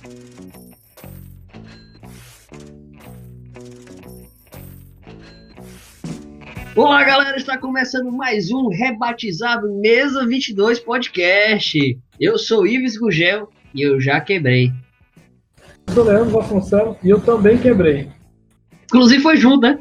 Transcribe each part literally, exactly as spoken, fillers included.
Olá, galera, está começando mais um rebatizado Mesa vinte e dois Podcast. Eu sou Ives Gugel e eu já quebrei. Eu sou Leandro Vasconcelos e eu também quebrei. Inclusive foi junto, né?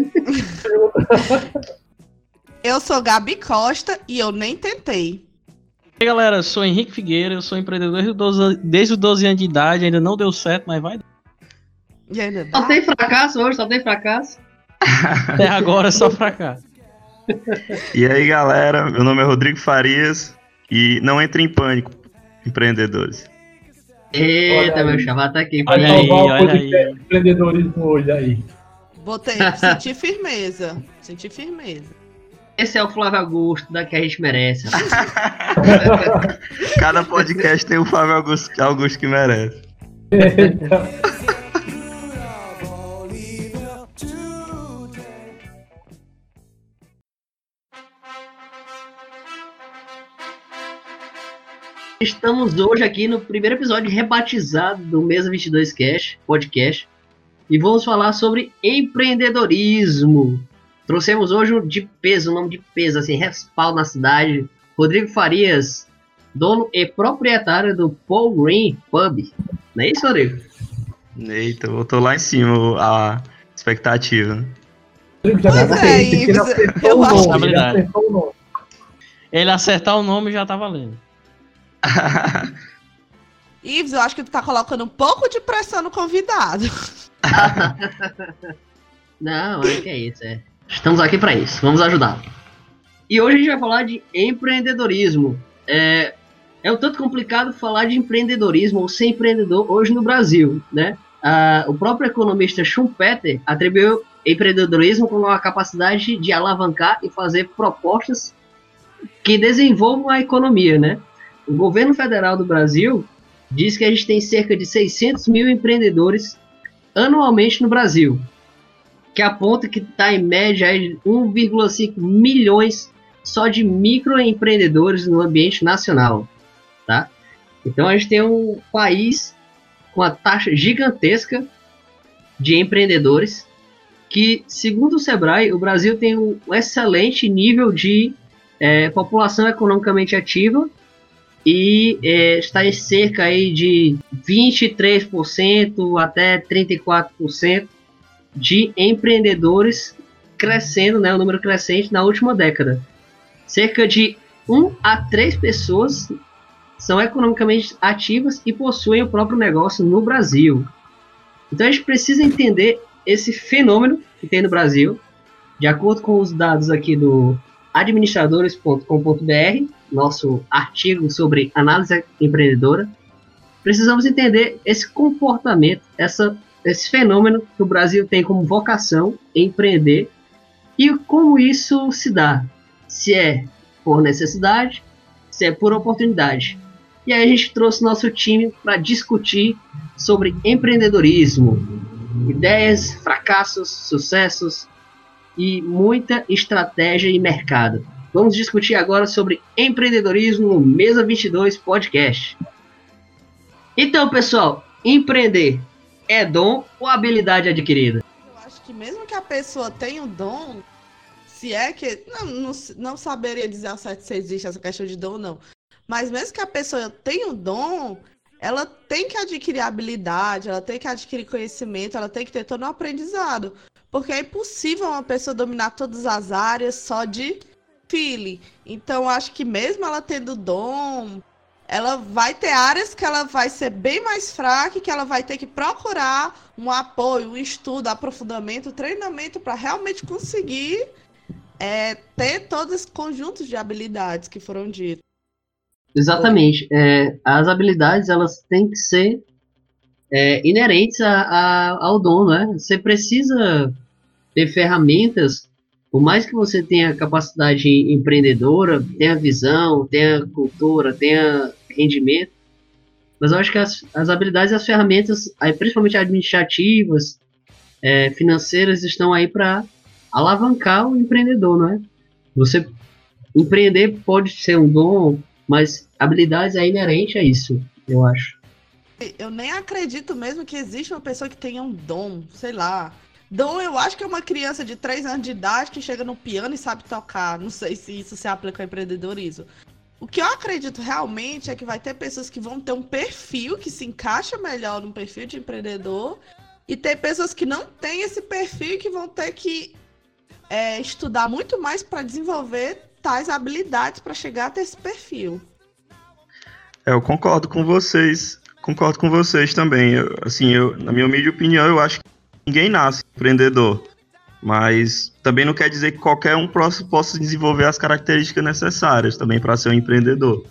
Eu sou Gabi Costa e eu nem tentei. E aí, galera, eu sou Henrique Figueira, eu sou empreendedor desde os doze, desde os doze anos de idade, ainda não deu certo, mas vai. E ainda dá? Só tem fracasso hoje, só tem fracasso. Até agora só fracasso. E aí, galera, meu nome é Rodrigo Farias e não entre em pânico, empreendedores. Eita, meu chamado tá aqui. Vai Olha aí, salvar o olha podcast aí. empreendedorismo hoje aí. Botei, senti firmeza. Senti firmeza. Esse é o Flávio Augusto, da que a gente merece. Cada podcast tem o Flávio Augusto, Augusto que merece. Estamos hoje aqui no primeiro episódio rebatizado do Mesa vinte e dois Cash, Podcast, e vamos falar sobre empreendedorismo. Trouxemos hoje um de peso, um nome de peso, assim, respaldo na cidade, Rodrigo Farias, dono e proprietário do Paul Green Pub. Não é isso, Rodrigo? Eita, eu tô lá em cima a expectativa. Já Pois tá é, feito, Ives, ele acertou eu o acho nome, ele que- acertou o nome. Ele acertar o nome já tá valendo. Ives, eu acho que tu tá colocando um pouco de pressão no convidado. Não, é que é isso, é. Estamos aqui para isso, vamos ajudar. E hoje a gente vai falar de empreendedorismo. É, é um tanto complicado falar de empreendedorismo ou ser empreendedor hoje no Brasil, né? Ah, o próprio economista Schumpeter atribuiu empreendedorismo como a capacidade de alavancar e fazer propostas que desenvolvam a economia, né? O governo federal do Brasil diz que a gente tem cerca de seiscentos mil empreendedores anualmente no Brasil, que aponta que está em média aí um vírgula cinco milhões só de microempreendedores no ambiente nacional, tá? Então a gente tem um país com uma taxa gigantesca de empreendedores que, segundo o Sebrae, o Brasil tem um excelente nível de é, população economicamente ativa e é, está em cerca aí de vinte e três por cento até trinta e quatro por cento de empreendedores crescendo, né, o número crescente na última década. Cerca de uma a três pessoas são economicamente ativas e possuem o próprio negócio no Brasil. Então a gente precisa entender esse fenômeno que tem no Brasil, de acordo com os dados aqui do administradores ponto com ponto br, nosso artigo sobre análise empreendedora. Precisamos entender esse comportamento, essa esse fenômeno que o Brasil tem como vocação empreender e como isso se dá, se é por necessidade, se é por oportunidade. E aí a gente trouxe nosso time para discutir sobre empreendedorismo, ideias, fracassos, sucessos e muita estratégia e mercado. Vamos discutir agora sobre empreendedorismo no Mesa vinte e dois Podcast. Então, pessoal, empreender é dom ou habilidade adquirida? Eu acho que mesmo que a pessoa tenha o dom, se é que... Não, não, não saberia dizer ao certo se existe essa questão de dom ou não. Mas mesmo que a pessoa tenha o dom, ela tem que adquirir habilidade, ela tem que adquirir conhecimento, ela tem que ter todo um aprendizado. Porque é impossível uma pessoa dominar todas as áreas só de feeling. Então, eu acho que mesmo ela tendo dom, ela vai ter áreas que ela vai ser bem mais fraca e que ela vai ter que procurar um apoio, um estudo, aprofundamento, treinamento para realmente conseguir é, ter todos esses conjuntos de habilidades que foram ditas. Exatamente. É, as habilidades elas têm que ser é, inerentes a, a, ao dom, né? Você precisa ter ferramentas, por mais que você tenha capacidade empreendedora, tenha visão, tenha cultura, tenha rendimento, mas eu acho que as, as habilidades e as ferramentas, principalmente administrativas, é, financeiras, estão aí para alavancar o empreendedor, não é? Você empreender pode ser um dom, mas habilidades é inerente a isso, eu acho. eu nem acredito mesmo que existe uma pessoa que tenha um dom, sei lá. Dom, eu acho que é uma criança de três anos de idade que chega no piano e sabe tocar. Não sei se isso se aplica ao empreendedorismo. O que eu acredito realmente é que vai ter pessoas que vão ter um perfil que se encaixa melhor no perfil de empreendedor e ter pessoas que não têm esse perfil e que vão ter que é, estudar muito mais para desenvolver tais habilidades para chegar até esse perfil. É, eu concordo com vocês, concordo com vocês também. Eu, assim, eu, na minha humilde opinião, eu acho que ninguém nasce empreendedor, mas também não quer dizer que qualquer um possa desenvolver as características necessárias também para ser um empreendedor.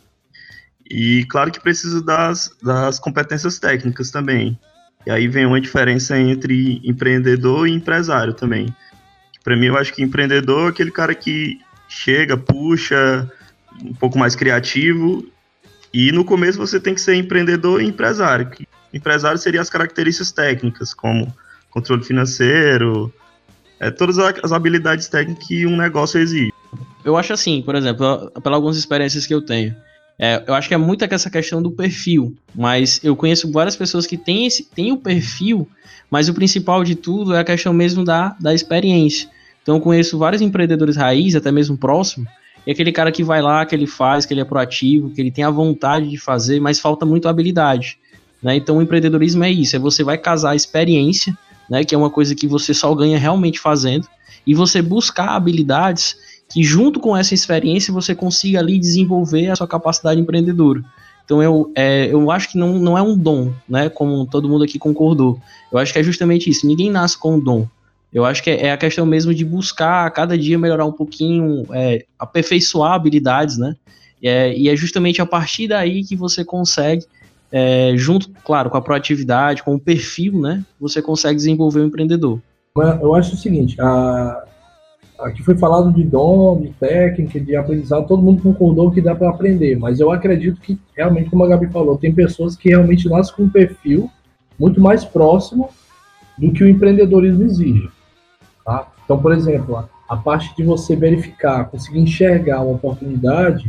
E claro que precisa das, das competências técnicas também. E aí vem uma diferença entre empreendedor e empresário também. Para mim, eu acho que empreendedor é aquele cara que chega, puxa, um pouco mais criativo. E no começo você tem que ser empreendedor e empresário. Empresário seria as características técnicas, como controle financeiro, é, todas as habilidades técnicas que um negócio exige. Eu acho assim, por exemplo, pelas algumas experiências que eu tenho, é, eu acho que é muito essa questão do perfil, mas eu conheço várias pessoas que têm, esse, têm o perfil, mas o principal de tudo é a questão mesmo da, da experiência. Então eu conheço vários empreendedores raiz, até mesmo próximo, é aquele cara que vai lá, que ele faz, que ele é proativo, que ele tem a vontade de fazer, mas falta muito habilidade, né? Então o empreendedorismo é isso, é você vai casar a experiência, né, que é uma coisa que você só ganha realmente fazendo, e você buscar habilidades que junto com essa experiência você consiga ali desenvolver a sua capacidade empreendedora. Então eu, é, eu acho que não, não é um dom, né, como todo mundo aqui concordou. Eu acho que é justamente isso, ninguém nasce com um dom. Eu acho que é, é a questão mesmo de buscar a cada dia melhorar um pouquinho, é, aperfeiçoar habilidades, né, é, e é justamente a partir daí que você consegue, É, junto, claro, com a proatividade, com o perfil, né, você consegue desenvolver um empreendedor. Eu acho o seguinte, a, aqui foi falado de dom, de técnica, de aprendizado, todo mundo concordou que dá para aprender, mas eu acredito que, realmente, como a Gabi falou, tem pessoas que realmente nascem com um perfil muito mais próximo do que o empreendedorismo exige. Tá? Então, por exemplo, a, a parte de você verificar, conseguir enxergar uma oportunidade,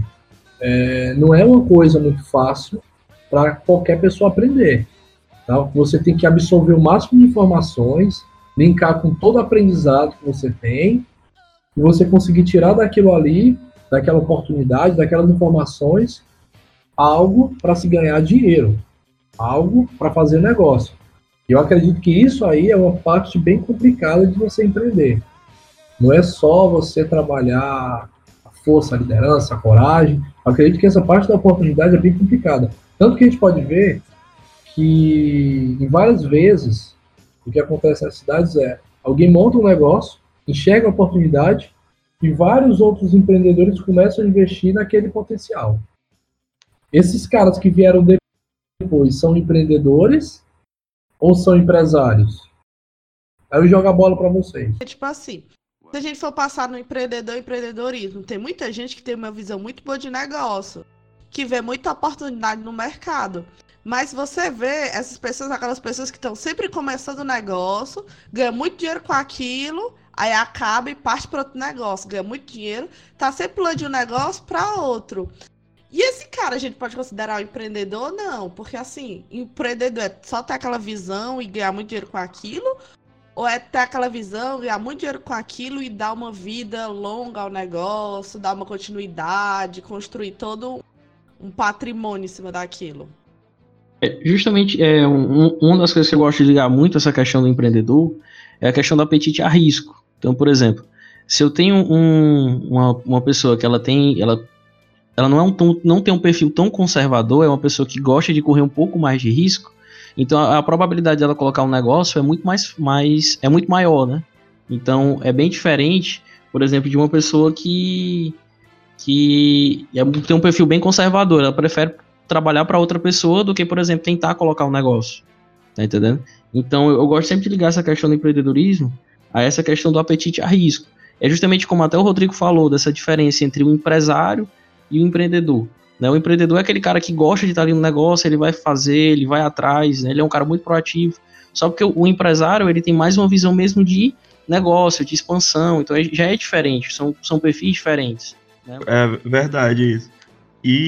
é, não é uma coisa muito fácil para qualquer pessoa aprender. Tá? Você tem que absorver o máximo de informações, linkar com todo o aprendizado que você tem, e você conseguir tirar daquilo ali, daquela oportunidade, daquelas informações, algo para se ganhar dinheiro, algo para fazer negócio. E eu acredito que isso aí é uma parte bem complicada de você empreender. Não é só você trabalhar a força, a liderança, a coragem. Eu acredito que essa parte da oportunidade é bem complicada. Tanto que a gente pode ver que, em várias vezes, o que acontece nas cidades é alguém monta um negócio, enxerga a oportunidade e vários outros empreendedores começam a investir naquele potencial. Esses caras que vieram depois são empreendedores ou são empresários? Aí eu jogo a bola para vocês. É tipo assim, se a gente for passar no empreendedor e empreendedorismo, tem muita gente que tem uma visão muito boa de negócio, que vê muita oportunidade no mercado. Mas você vê essas pessoas, aquelas pessoas que estão sempre começando o negócio, ganha muito dinheiro com aquilo, aí acaba e parte para outro negócio, ganha muito dinheiro, tá sempre pulando de um negócio para outro. E esse cara a gente pode considerar um empreendedor? Não, porque assim, empreendedor é só ter aquela visão e ganhar muito dinheiro com aquilo, ou é ter aquela visão, ganhar muito dinheiro com aquilo e dar uma vida longa ao negócio, dar uma continuidade, construir todo um patrimônio em cima daquilo. É, justamente, é, um, uma das coisas que eu gosto de ligar muito essa questão do empreendedor é a questão do apetite a risco. Então, por exemplo, se eu tenho um, uma, uma pessoa que ela tem, ela, ela não, é um, não tem um perfil tão conservador, é uma pessoa que gosta de correr um pouco mais de risco, então a, a probabilidade dela colocar um negócio é muito mais, mais é muito maior, né? Então é bem diferente, por exemplo, de uma pessoa que que tem um perfil bem conservador, ela prefere trabalhar para outra pessoa do que, por exemplo, tentar colocar um negócio, tá entendendo? Então eu gosto sempre de ligar essa questão do empreendedorismo a essa questão do apetite a risco. É justamente como até o Rodrigo falou, dessa diferença entre o empresário e o empreendedor, né? O empreendedor é aquele cara que gosta de estar ali no negócio, ele vai fazer, ele vai atrás, né? Ele é um cara muito proativo, só porque o, o empresário ele tem mais uma visão mesmo de negócio, de expansão, então já é diferente, são, são perfis diferentes. É verdade isso. E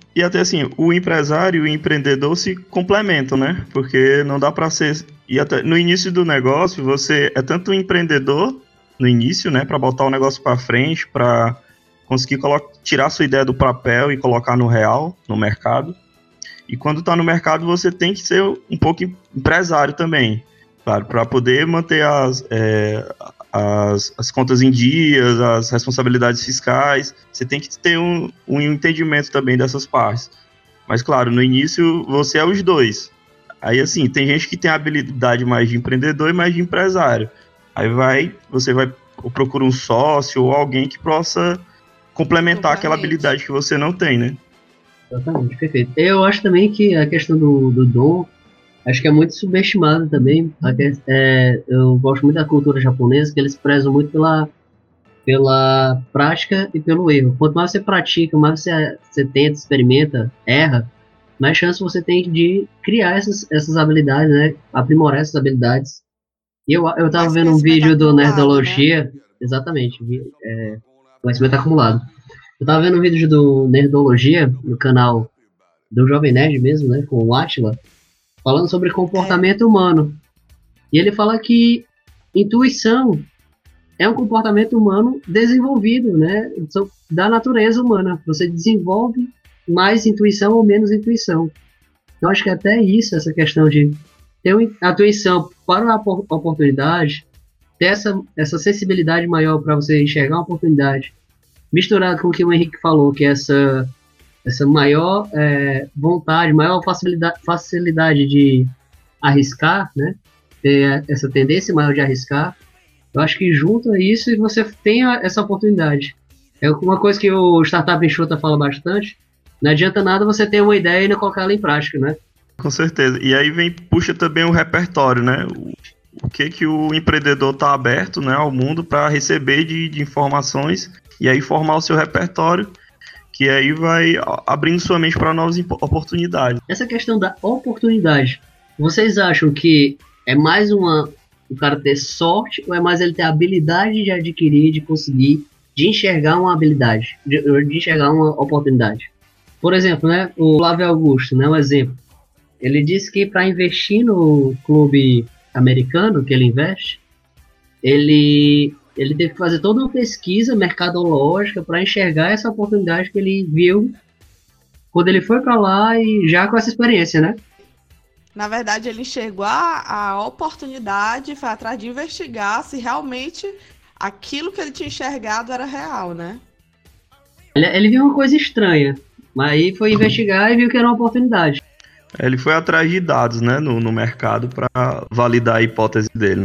E até assim, o empresário e o empreendedor se complementam, né? Porque não dá para ser... E até no início do negócio, você é tanto um empreendedor, no início, né? Para botar o negócio para frente, para conseguir colo- tirar sua ideia do papel e colocar no real, no mercado. E quando tá no mercado, você tem que ser um pouco empresário também. Claro, para poder manter as, é, as, as contas em dias, as responsabilidades fiscais, você tem que ter um, um entendimento também dessas partes. Mas, claro, no início você é os dois. Aí, assim, tem gente que tem a habilidade mais de empreendedor e mais de empresário. Aí vai, você vai ou procura um sócio ou alguém que possa complementar aquela habilidade que você não tem, né? Exatamente, perfeito. Eu acho também que a questão do, do dom, acho que é muito subestimada também. É, eu gosto muito da cultura japonesa, que eles prezam muito pela, pela prática e pelo erro. Quanto mais você pratica, mais você, você tenta, experimenta, erra, mais chance você tem de criar essas, essas habilidades, né? Aprimorar essas habilidades. E eu, eu tava Mais vendo um vídeo do acumulado, Nerdologia, né? exatamente, é, conhecimento acumulado. Eu tava vendo um vídeo do Nerdologia, no canal do Jovem Nerd mesmo, né, com o Átila, falando sobre comportamento É. humano. E ele fala que intuição é um comportamento humano desenvolvido, né, da natureza humana. Você desenvolve mais intuição ou menos intuição. Eu acho que até isso, essa questão de ter a intuição para a oportunidade, ter essa, essa sensibilidade maior para você enxergar uma oportunidade, misturado com o que o Henrique falou, que é essa, essa maior é, vontade, maior facilidade, facilidade de arriscar, né? Ter essa tendência maior de arriscar, eu acho que junto a isso você tem a, essa oportunidade. É uma coisa que o Startup Enxuta fala bastante, não adianta nada você ter uma ideia e não colocar ela em prática, né? Com certeza. E aí vem, puxa também o repertório, né? O, o que que o empreendedor está aberto, né, ao mundo para receber de, de informações e aí formar o seu repertório, que aí vai abrindo sua mente para novas oportunidades. Essa questão da oportunidade, vocês acham que é mais uma o cara ter sorte ou é mais ele ter a habilidade de adquirir, de conseguir, de enxergar uma habilidade, de, de enxergar uma oportunidade? Por exemplo, né, o Flávio Augusto, né, um exemplo. Ele disse que para investir no clube americano que ele investe, ele, ele teve que fazer toda uma pesquisa mercadológica para enxergar essa oportunidade que ele viu quando ele foi para lá e já com essa experiência, né? Na verdade, ele enxergou a, a oportunidade, foi atrás de investigar se realmente aquilo que ele tinha enxergado era real, né? Ele, ele viu uma coisa estranha, mas aí foi investigar e viu que era uma oportunidade. Ele foi atrás de dados, né, no, no mercado para validar a hipótese dele, né?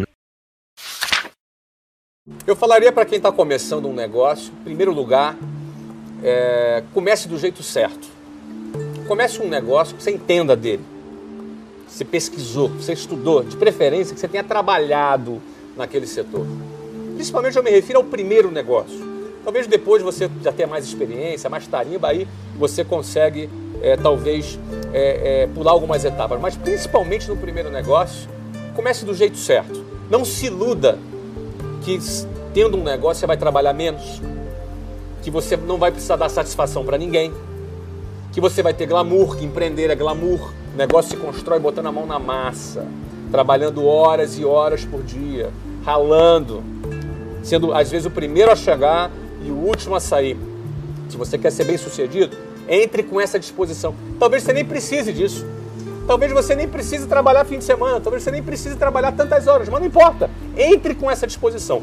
Eu falaria para quem está começando um negócio, em primeiro lugar, é, comece do jeito certo. Comece um negócio que você entenda dele. Você pesquisou, você estudou, de preferência que você tenha trabalhado naquele setor. Principalmente eu me refiro ao primeiro negócio. Talvez depois você já tenha mais experiência, mais tarimba, aí você consegue é, talvez é, é, pular algumas etapas. Mas principalmente no primeiro negócio, comece do jeito certo. Não se iluda que tendo um negócio você vai trabalhar menos, que você não vai precisar dar satisfação para ninguém, que você vai ter glamour, que empreender é glamour. O negócio se constrói botando a mão na massa, trabalhando horas e horas por dia, ralando, sendo às vezes o primeiro a chegar e o último a sair. Se você quer ser bem sucedido, entre com essa disposição. Talvez você nem precise disso. Talvez você nem precise trabalhar fim de semana, talvez você nem precise trabalhar tantas horas, mas não importa. Entre com essa disposição.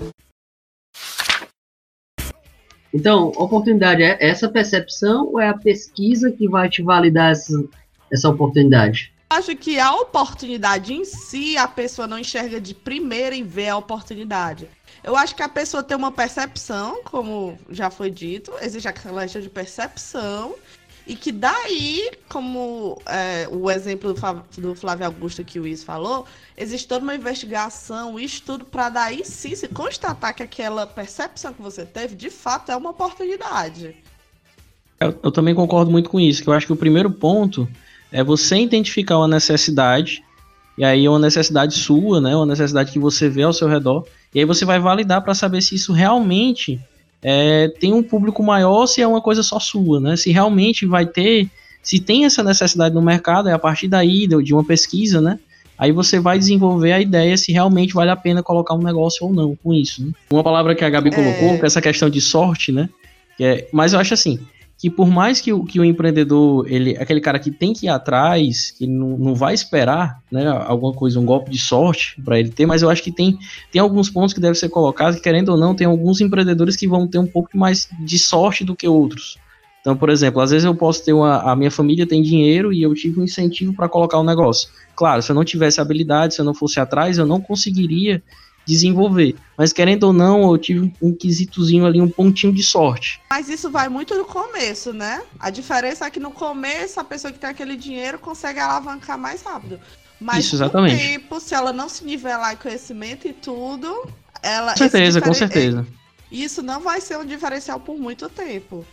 Então, oportunidade é essa percepção ou é a pesquisa que vai te validar essa, essa oportunidade? Acho que a oportunidade em si, a pessoa não enxerga de primeira e vê a oportunidade. Eu acho que a pessoa tem uma percepção, como já foi dito, existe aquela questão de percepção, e que daí, como é, o exemplo do Flávio Augusto que o Luiz falou, existe toda uma investigação, um estudo para daí sim se constatar que aquela percepção que você teve, de fato, é uma oportunidade. Eu, eu também concordo muito com isso, que eu acho que o primeiro ponto é você identificar uma necessidade, e aí é uma necessidade sua, né, uma necessidade que você vê ao seu redor, e aí você vai validar para saber se isso realmente é, tem um público maior ou se é uma coisa só sua, né, se realmente vai ter Se tem essa necessidade no mercado, é a partir daí, de uma pesquisa, né? Aí você vai desenvolver a ideia se realmente vale a pena colocar um negócio ou não com isso, né? Uma palavra que a Gabi colocou, É. que é essa questão de sorte, né? Que é, mas eu acho assim, que por mais que o, que o empreendedor, ele, aquele cara que tem que ir atrás, que ele não, não vai esperar, né, alguma coisa, um golpe de sorte para ele ter, mas eu acho que tem, tem alguns pontos que devem ser colocados, que querendo ou não, tem alguns empreendedores que vão ter um pouco mais de sorte do que outros. Então, por exemplo, às vezes eu posso ter uma, a minha família tem dinheiro e eu tive um incentivo para colocar um negócio. Claro, se eu não tivesse habilidade, se eu não fosse atrás, eu não conseguiria desenvolver. Mas querendo ou não, eu tive um quesitozinho ali, um pontinho de sorte. Mas isso vai muito no começo, né? A diferença é que no começo a pessoa que tem aquele dinheiro consegue alavancar mais rápido. Mas Isso, exatamente. com o tempo, se ela não se nivelar em conhecimento e tudo, ela... Com certeza, esse com diferen- certeza. Isso não vai ser um diferencial por muito tempo.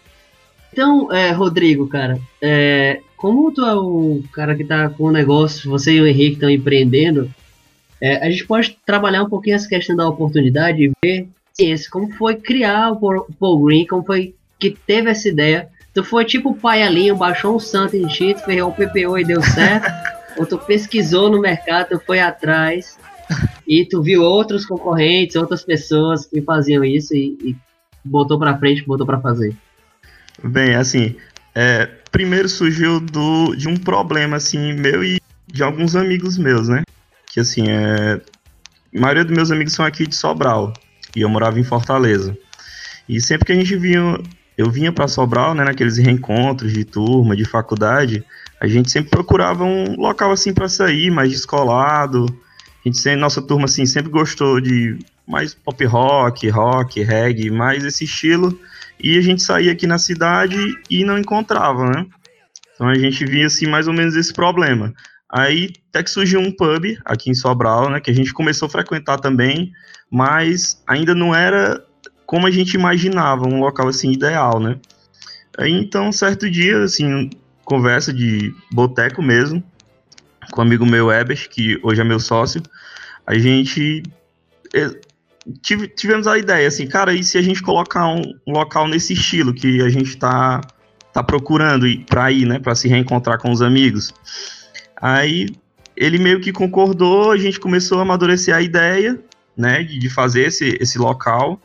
Então, é, Rodrigo, cara, é, como tu é o cara que tá com o negócio, você e o Henrique estão empreendendo, é, a gente pode trabalhar um pouquinho essa questão da oportunidade e ver esse, como foi criar o Paul- Paul Green, como foi que teve essa ideia. Tu foi tipo o pai Alinho, baixou um santo em cheat, ferrou o P P O e deu certo, ou tu pesquisou no mercado, tu foi atrás e tu viu outros concorrentes, outras pessoas que faziam isso e, e botou pra frente, botou pra fazer. Bem, assim, é, primeiro surgiu do, de um problema, assim, meu e de alguns amigos meus, né? Que, assim, é, a maioria dos meus amigos são aqui de Sobral, e eu morava em Fortaleza. E sempre que a gente vinha, eu vinha para Sobral, né, naqueles reencontros de turma, de faculdade, a gente sempre procurava um local, assim, para sair, mais descolado. A gente sempre, nossa turma, assim, sempre gostou de mais pop rock, rock, reggae, mais esse estilo. E a gente saía aqui na cidade e não encontrava, né? Então a gente via, assim, mais ou menos esse problema. Aí até que surgiu um pub aqui em Sobral, né? Que a gente começou a frequentar também, mas ainda não era como a gente imaginava, um local, assim, ideal, né? Aí então, certo dia, assim, conversa de boteco mesmo, com um amigo meu, Ebers, que hoje é meu sócio, a gente... Tive, tivemos a ideia, assim, cara, e se a gente colocar um, um local nesse estilo que a gente tá, tá procurando ir, pra ir, né, pra se reencontrar com os amigos? Aí ele meio que concordou, a gente começou a amadurecer a ideia, né, de, de fazer esse, esse local.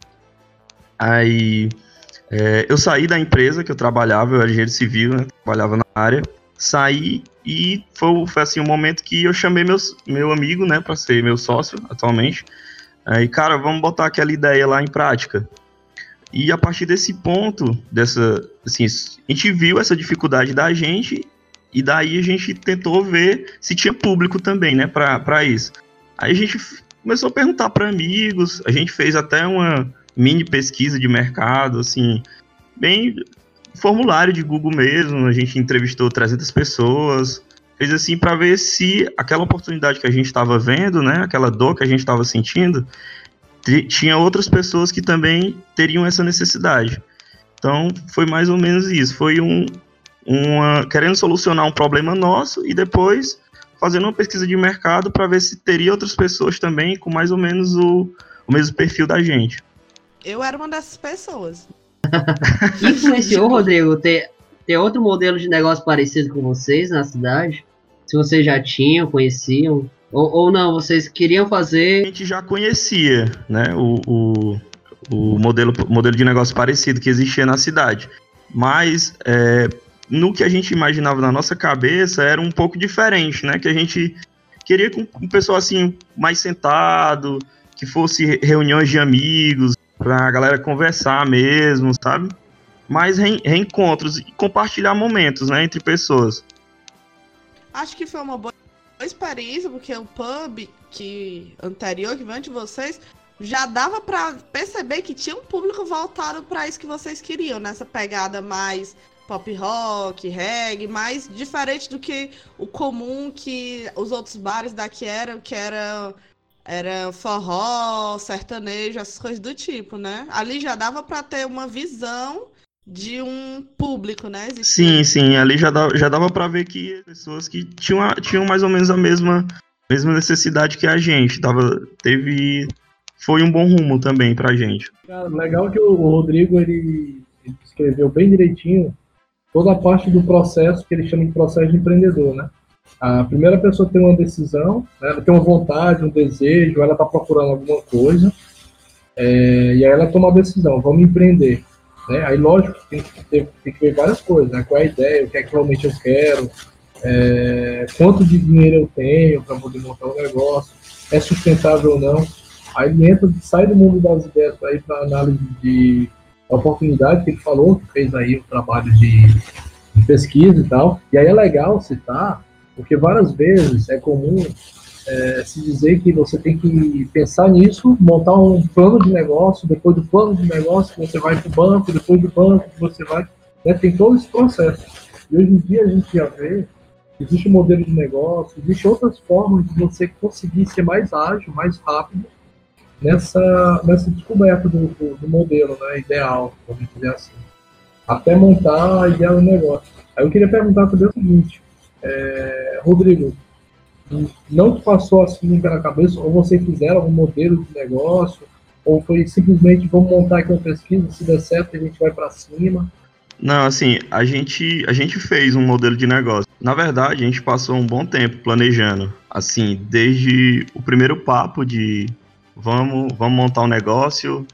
Aí é, eu saí da empresa que eu trabalhava, eu era engenheiro civil, né, trabalhava na área, saí e foi, foi assim, um momento que eu chamei meus, meu amigo, né, pra ser meu sócio atualmente. Aí, cara, vamos botar aquela ideia lá em prática. E a partir desse ponto, dessa, assim, a gente viu essa dificuldade da gente, e daí a gente tentou ver se tinha público também, né, pra, pra isso. Aí a gente começou a perguntar para amigos, a gente fez até uma mini pesquisa de mercado, assim, bem formulário de Google mesmo, a gente entrevistou trezentas pessoas, fez assim para ver se aquela oportunidade que a gente estava vendo, né, aquela dor que a gente estava sentindo, t- tinha outras pessoas que também teriam essa necessidade. Então foi mais ou menos isso, foi um, uma, querendo solucionar um problema nosso e depois fazendo uma pesquisa de mercado para ver se teria outras pessoas também com mais ou menos o, o mesmo perfil da gente. Eu era uma dessas pessoas. Influenciou, Rodrigo, ter, ter outro modelo de negócio parecido com vocês na cidade? Se vocês já tinham, conheciam? Ou, ou não, vocês queriam A fazer... gente já conhecia, né, o, o, o modelo, modelo de negócio parecido que existia na cidade, mas é, no que a gente imaginava na nossa cabeça era um pouco diferente, né, que a gente queria com um pessoal assim, mais sentado, que fosse reuniões de amigos, pra galera conversar mesmo, sabe? Mais re- reencontros e compartilhar momentos, né, entre pessoas. Acho que foi uma boa experiência, porque o pub que anterior, que veio antes de vocês, já dava pra perceber que tinha um público voltado pra isso que vocês queriam, nessa pegada mais pop rock, reggae, mais diferente do que o comum que os outros bares daqui eram, que era, era forró, sertanejo, essas coisas do tipo, né? Ali já dava pra ter uma visão de um público, né? Sim, sim, ali já dava, já dava para ver que pessoas que tinham, a- tinham mais ou menos a mesma, mesma necessidade que a gente, tava, teve, foi um bom rumo também pra gente. Cara, legal que o Rodrigo ele, ele escreveu bem direitinho toda a parte do processo que eles chamam de processo de empreendedor, né? A primeira pessoa tem uma decisão, né? Ela tem uma vontade, um desejo, ela está procurando alguma coisa, é, e aí ela toma a decisão, vamos empreender. Né? Aí, lógico, tem que, ter, tem que ver várias coisas, né? Qual é a ideia, o que é que realmente eu quero, é, quanto de dinheiro eu tenho para poder montar um negócio, é sustentável ou não. Aí ele entra, sai do mundo das ideias para ir para análise de oportunidade, que ele falou, que fez aí o trabalho de, de pesquisa e tal. E aí é legal citar, porque várias vezes é comum é, se dizer que você tem que pensar nisso, montar um plano de negócio, depois do plano de negócio você vai para o banco, depois do banco você vai... Né, tem todo esse processo. E hoje em dia a gente já vê, existe um modelo de negócio, existe outras formas de você conseguir ser mais ágil, mais rápido, nessa, nessa descoberta do, do, do modelo, né, ideal, vamos dizer assim, até montar a ideia do negócio. Aí eu queria perguntar também o seguinte, é, Rodrigo, não te passou assim pela cabeça, ou vocês fizeram algum modelo de negócio, ou foi simplesmente vamos montar aqui uma pesquisa, se der certo a gente vai para cima? Não, assim, a gente, a gente fez um modelo de negócio. Na verdade, a gente passou um bom tempo planejando, assim, desde o primeiro papo de vamos, vamos montar um negócio,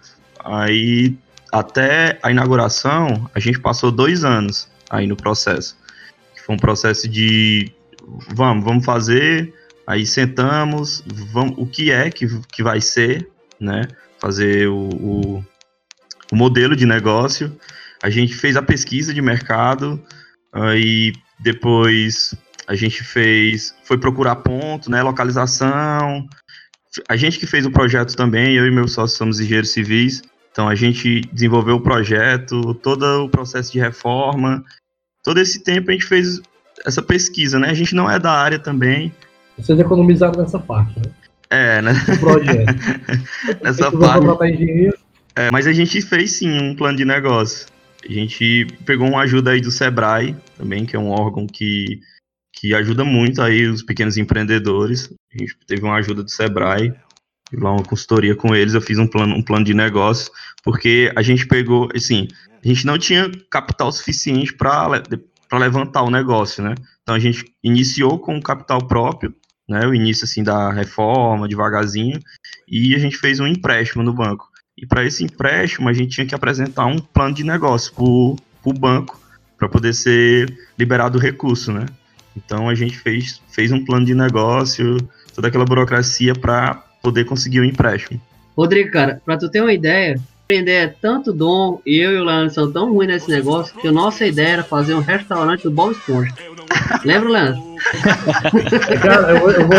aí até a inauguração, a gente passou dois anos aí no processo. Foi um processo de vamos, vamos fazer, aí sentamos, vamos, o que é que, que vai ser, né? Fazer o, o, o modelo de negócio. A gente fez a pesquisa de mercado, aí depois a gente fez, foi procurar ponto, né, localização. A gente que fez o projeto também, eu e meu sócio somos engenheiros civis, então a gente desenvolveu o projeto, todo o processo de reforma. Todo esse tempo a gente fez essa pesquisa, né? A gente não é da área também. Vocês economizaram nessa parte, né? É, né? O projeto. Nessa parte. É, mas a gente fez sim um plano de negócio. A gente pegou uma ajuda aí do Sebrae também, que é um órgão que, que ajuda muito aí os pequenos empreendedores. A gente teve uma ajuda do Sebrae, tive lá uma consultoria com eles, eu fiz um plano, um plano de negócio, porque a gente pegou, assim, a gente não tinha capital suficiente para para levantar o negócio, né? Então a gente iniciou com o capital próprio, né? O início assim da reforma, devagarzinho, e a gente fez um empréstimo no banco. E para esse empréstimo a gente tinha que apresentar um plano de negócio para o banco para poder ser liberado o recurso, né? Então a gente fez, fez um plano de negócio, toda aquela burocracia para poder conseguir o empréstimo. Rodrigo, cara, para tu ter uma ideia, empreender é tanto dom, e eu e o Leandro são tão ruins nesse negócio, que a nossa ideia era fazer um restaurante do Bob Esponja. Lembra, Leandro? Cara, eu vou, eu, vou,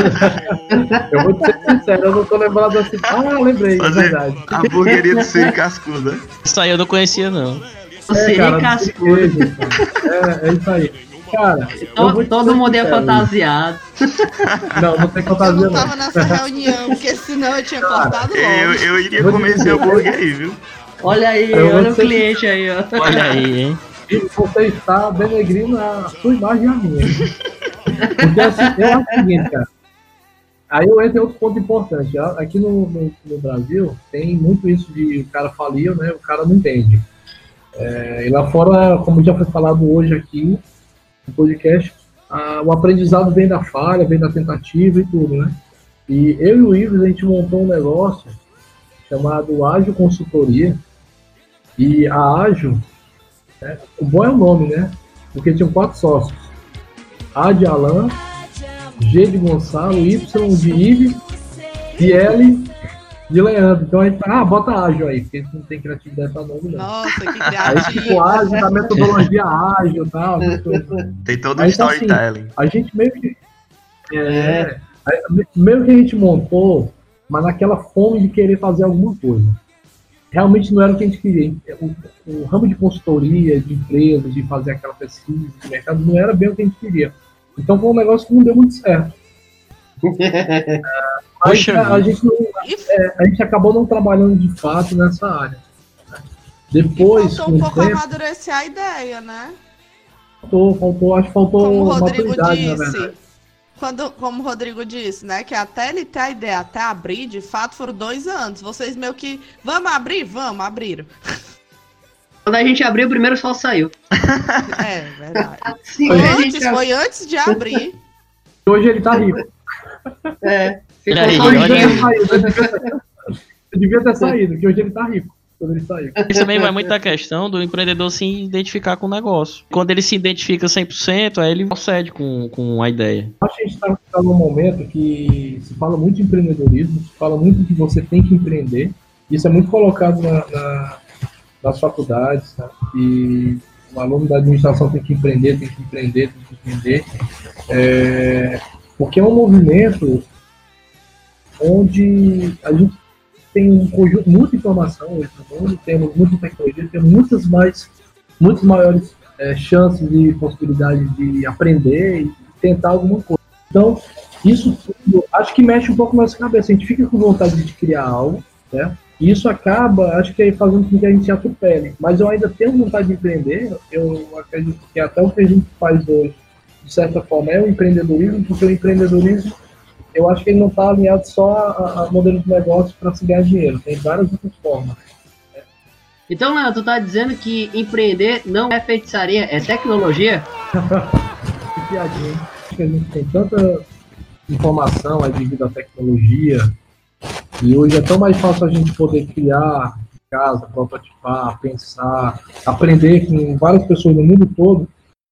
eu vou ser sincero, eu não tô lembrado assim. Ah, lembrei, é verdade. A hamburgueria do Siri Cascuda. Isso aí eu não conhecia, não. O Siri É, Cascuda. É, é isso aí. Cara, todo, todo mundo é fantasiado. Não, não tem Eu fantasia não tava nessa reunião, porque senão eu tinha cortado logo. Eu, eu iria comer esse hambúrguer aí, viu? Olha aí, Eu olha o sei- cliente aí, ó. Olha aí, hein? E você está denegrindo a sua imagem e a minha. Porque assim, eu acho o seguinte, cara. Aí eu entro em outro ponto importante. Aqui no, no, no Brasil tem muito isso de o cara falir, né? O cara não entende. É, e lá fora, como já foi falado hoje aqui no podcast, a, o aprendizado vem da falha, vem da tentativa e tudo, né? E eu e o Ives, a gente montou um negócio chamado Ágil Consultoria. E a Ágil, né, o bom é o nome, né? Porque tinham quatro sócios. A de Alan, G de Gonçalo, Y de Ives e L de Leandro. Então a gente fala, ah, bota ágil aí, porque não tem criatividade pra nome, não. Nossa, que Aí tipo criativo. ágil, da metodologia ágil e tal. essas coisas. Tem todo um Aí, então, assim, storytelling. A gente meio que. É, aí, meio que a gente montou, mas naquela fome de querer fazer alguma coisa. Realmente não era o que a gente queria. O, o ramo de consultoria, de empresas, de fazer aquela pesquisa de mercado, não era bem o que a gente queria. Então foi um negócio que não deu muito certo. Mas Poxa a, a, vida. gente não, é, a gente acabou não trabalhando de fato nessa área. Depois, Faltou com um o pouco tempo, amadurecer a ideia, né? faltou, faltou, acho que faltou Como o Rodrigo maturidade, na disse, verdade. quando, como o Rodrigo disse, né, que até ele ter a ideia, até abrir, de fato foram dois anos. Vocês meio que, vamos abrir? Vamos, abriram. Quando a gente abriu, o primeiro sol saiu. É, verdade. Assim, Foi a antes, gente... foi antes de abrir. Hoje ele tá rico. É, ficou Olha aí, só um olha dia. aí. Eu devia ter- eu devia ter saído, que hoje ele tá rico. Quando ele saiu. Isso também vai muito da questão do empreendedor se identificar com o negócio. Quando ele se identifica cem por cento, aí ele procede com, com a ideia. Acho que a gente está tá num momento que se fala muito de empreendedorismo, se fala muito que você tem que empreender. Isso é muito colocado na, na, nas faculdades, tá? E o aluno da administração tem que empreender, tem que empreender, tem que empreender. É, porque é um movimento onde a gente tem um conjunto, muita informação hoje no mundo, temos muita tecnologia, temos muitas mais, muitas maiores é, chances e possibilidades de aprender e tentar alguma coisa. Então, isso tudo, acho que mexe um pouco na nossa cabeça. A gente fica com vontade de criar algo, né? E isso acaba, acho que fazendo com que a gente se atropele. Mas eu ainda tenho vontade de empreender. Eu acredito que até o que a gente faz hoje, de certa forma, é o empreendedorismo, porque o empreendedorismo, eu acho que ele não está alinhado só a, a modelos de negócio para se ganhar dinheiro. Tem várias outras formas. Então, Léo, tu tá dizendo que empreender não é feitiçaria, é tecnologia? Que piadinha, hein? Acho que a gente tem tanta informação aí devido à tecnologia, e hoje é tão mais fácil a gente poder criar casa, prototipar, pensar, aprender com várias pessoas no mundo todo,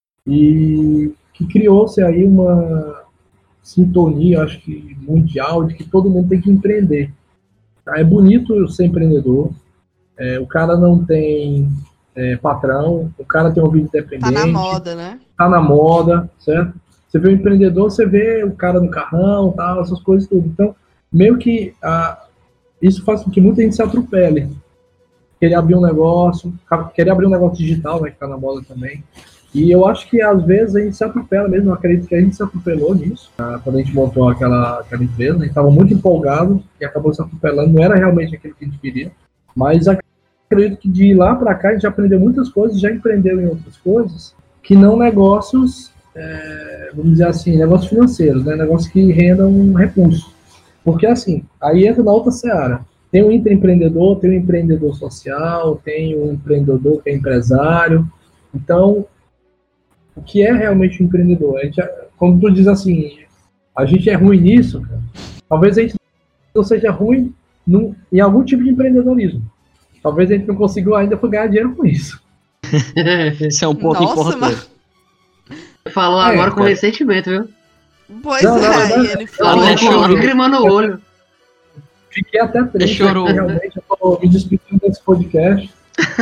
e que criou-se aí uma sintonia, acho que mundial, de que todo mundo tem que empreender. É bonito ser empreendedor, é, o cara não tem é, patrão, o cara tem um vídeo independente. Tá na moda, né? Tá na moda, certo? Você vê o empreendedor, você vê o cara no carrão, tal, essas coisas tudo. Então, meio que ah, isso faz com que muita gente se atropele. Querer abrir um negócio, querer abrir um negócio digital, né, que tá na moda também. E eu acho que às vezes a gente se atropela mesmo, eu acredito que a gente se atropelou nisso, tá? Quando a gente montou aquela, aquela empresa, a gente estava muito empolgado e acabou se atropelando, não era realmente aquilo que a gente queria, mas acredito que de lá para cá a gente já aprendeu muitas coisas, já empreendeu em outras coisas, que não negócios, é, vamos dizer assim, negócios financeiros, né? Negócios que rendam um recurso. Porque assim, aí entra na outra seara. Tem o intraempreendedor, tem o empreendedor social, tem o empreendedor que é empresário. Então, o que é realmente um empreendedor? A gente, quando tu diz assim, a gente é ruim nisso, cara, talvez a gente não seja ruim num, em algum tipo de empreendedorismo. Talvez a gente não conseguiu ainda ganhar dinheiro com isso. Isso é um ponto Nossa, importante. mas... Falou É, agora com cara. ressentimento, viu? Pois Não, não, é, não, e ele Falou falou. é choro. com lágrima no olho. Fiquei até triste, Chorou. porque realmente eu tô me despedindo desse podcast.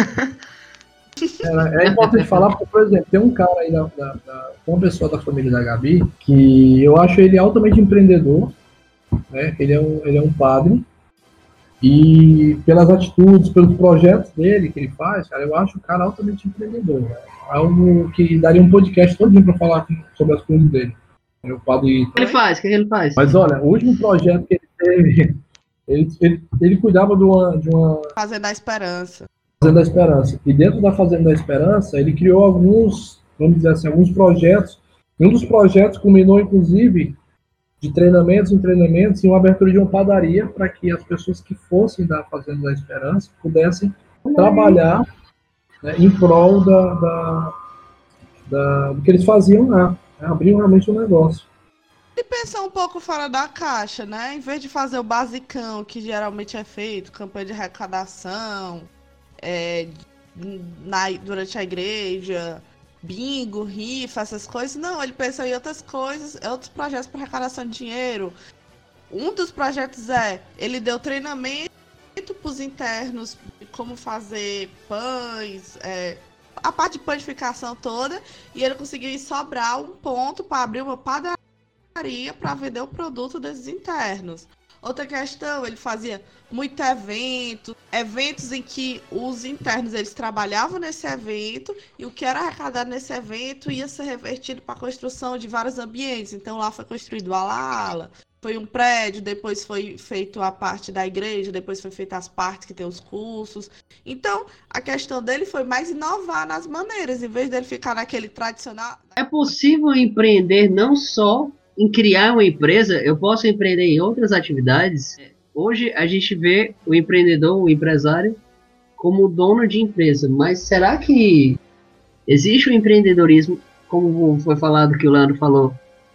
É, é importante falar, porque, por exemplo, tem um cara aí, da, da, da, uma pessoa da família da Gabi, que eu acho ele altamente empreendedor, né? Ele é um, ele é um padre, e pelas atitudes, pelos projetos dele que ele faz, cara, eu acho o cara altamente empreendedor. Né? Algo que daria um podcast todinho para falar sobre as coisas dele. O padre... O que ele faz? O que ele faz? Mas olha, o último projeto que ele teve, ele, ele, ele cuidava de uma, de uma Fazendo a esperança. Fazenda da Esperança. E dentro da Fazenda da Esperança, ele criou alguns, vamos dizer assim, alguns projetos. E um dos projetos culminou, inclusive, de treinamentos em treinamentos, em uma abertura de uma padaria para que as pessoas que fossem da Fazenda da Esperança pudessem trabalhar, né, em prol da, da, da, do que eles faziam lá. Né, abriam realmente um negócio. E pensar um pouco fora da caixa, né? Em vez de fazer o basicão, que geralmente é feito, campanha de arrecadação, é, na, durante a igreja, bingo, rifa, essas coisas. Não, ele pensou em outras coisas, outros projetos para arrecadação de dinheiro. Um dos projetos é, ele deu treinamento para os internos de como fazer pães, é, a parte de panificação toda, e ele conseguiu ir sobrar um ponto para abrir uma padaria para vender o produto desses internos. Outra questão, ele fazia muito evento, eventos em que os internos eles trabalhavam nesse evento e o que era arrecadado nesse evento ia ser revertido para a construção de vários ambientes. Então lá foi construído a ala, foi um prédio, depois foi feito a parte da igreja, depois foi feita as partes que tem os cursos. Então a questão dele foi mais inovar nas maneiras, em vez dele ficar naquele tradicional. É possível empreender não só em criar uma empresa, eu posso empreender em outras atividades. Hoje a gente vê o empreendedor, o empresário, como dono de empresa, mas será que existe o empreendedorismo, como foi falado, que o Leandro falou,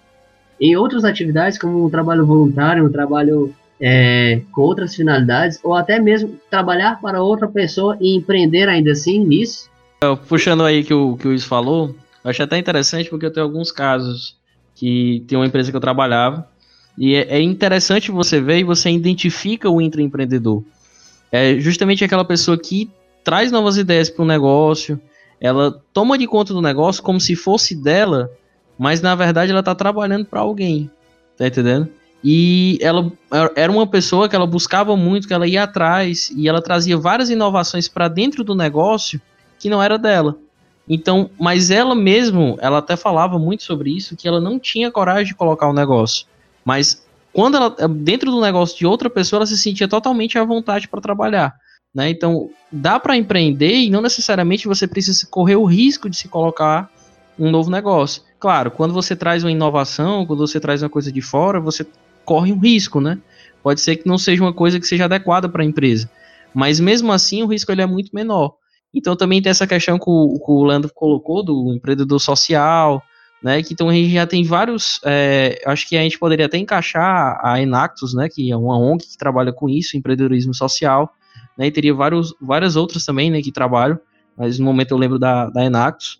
em outras atividades, como um trabalho voluntário, um trabalho é, com outras finalidades, ou até mesmo trabalhar para outra pessoa e empreender ainda assim nisso? Puxando aí que o que o Luiz falou, eu achei até interessante porque eu tenho alguns casos que tem uma empresa que eu trabalhava e é, é interessante você ver e você identifica o intraempreendedor. É justamente aquela pessoa que traz novas ideias para o negócio, ela toma de conta do negócio como se fosse dela, mas na verdade ela está trabalhando para alguém, tá entendendo? E ela era uma pessoa que ela buscava muito, que ela ia atrás e ela trazia várias inovações para dentro do negócio que não era dela. Então, mas ela mesmo, ela até falava muito sobre isso, que ela não tinha coragem de colocar o negócio. Mas quando ela, dentro do negócio de outra pessoa, ela se sentia totalmente à vontade para trabalhar, né? Então, dá para empreender e não necessariamente você precisa correr o risco de se colocar um novo negócio. Claro, quando você traz uma inovação, quando você traz uma coisa de fora, você corre um risco, né? Pode ser que não seja uma coisa que seja adequada para a empresa, mas mesmo assim o risco ele é muito menor. Então também tem essa questão que o, que o Leandro colocou do empreendedor social, né? Que então a gente já tem vários, é, acho que a gente poderia até encaixar a Enactus, né? Que é uma O N G que trabalha com isso, empreendedorismo social, né? E teria vários, várias outras também, né? Que trabalham, mas no momento eu lembro da, da Enactus.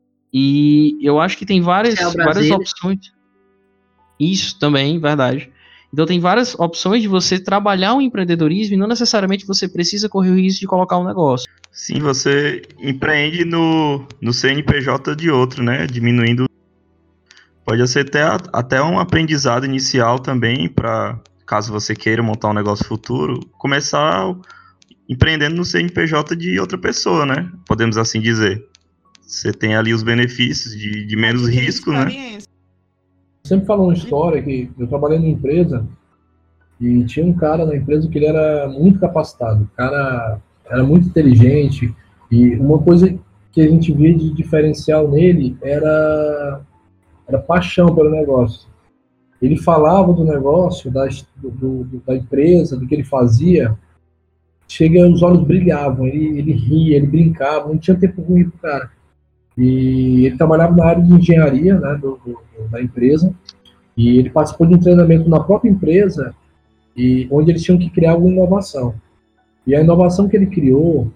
E eu acho que tem várias, várias opções. Isso também, verdade. Então tem várias opções de você trabalhar o empreendedorismo e não necessariamente você precisa correr o risco de colocar um negócio. Sim, você empreende no, no C N P J de outro, né? Diminuindo. Pode ser até, até um aprendizado inicial também, para caso você queira montar um negócio futuro, começar empreendendo no C N P J de outra pessoa, né? Podemos assim dizer. Você tem ali os benefícios de, de menos risco, né? Sempre falo uma história que eu trabalhei numa empresa e tinha um cara na empresa que ele era muito capacitado. O cara era muito inteligente e uma coisa que a gente via de diferencial nele era, era paixão pelo negócio. Ele falava do negócio, da, do, do, da empresa, do que ele fazia, chega, os olhos brilhavam, ele, ele ria, ele brincava, não tinha tempo ruim pro cara. E ele trabalhava na área de engenharia, né, do, do, da empresa, e ele participou de um treinamento na própria empresa, e, onde eles tinham que criar alguma inovação. E a inovação que ele criou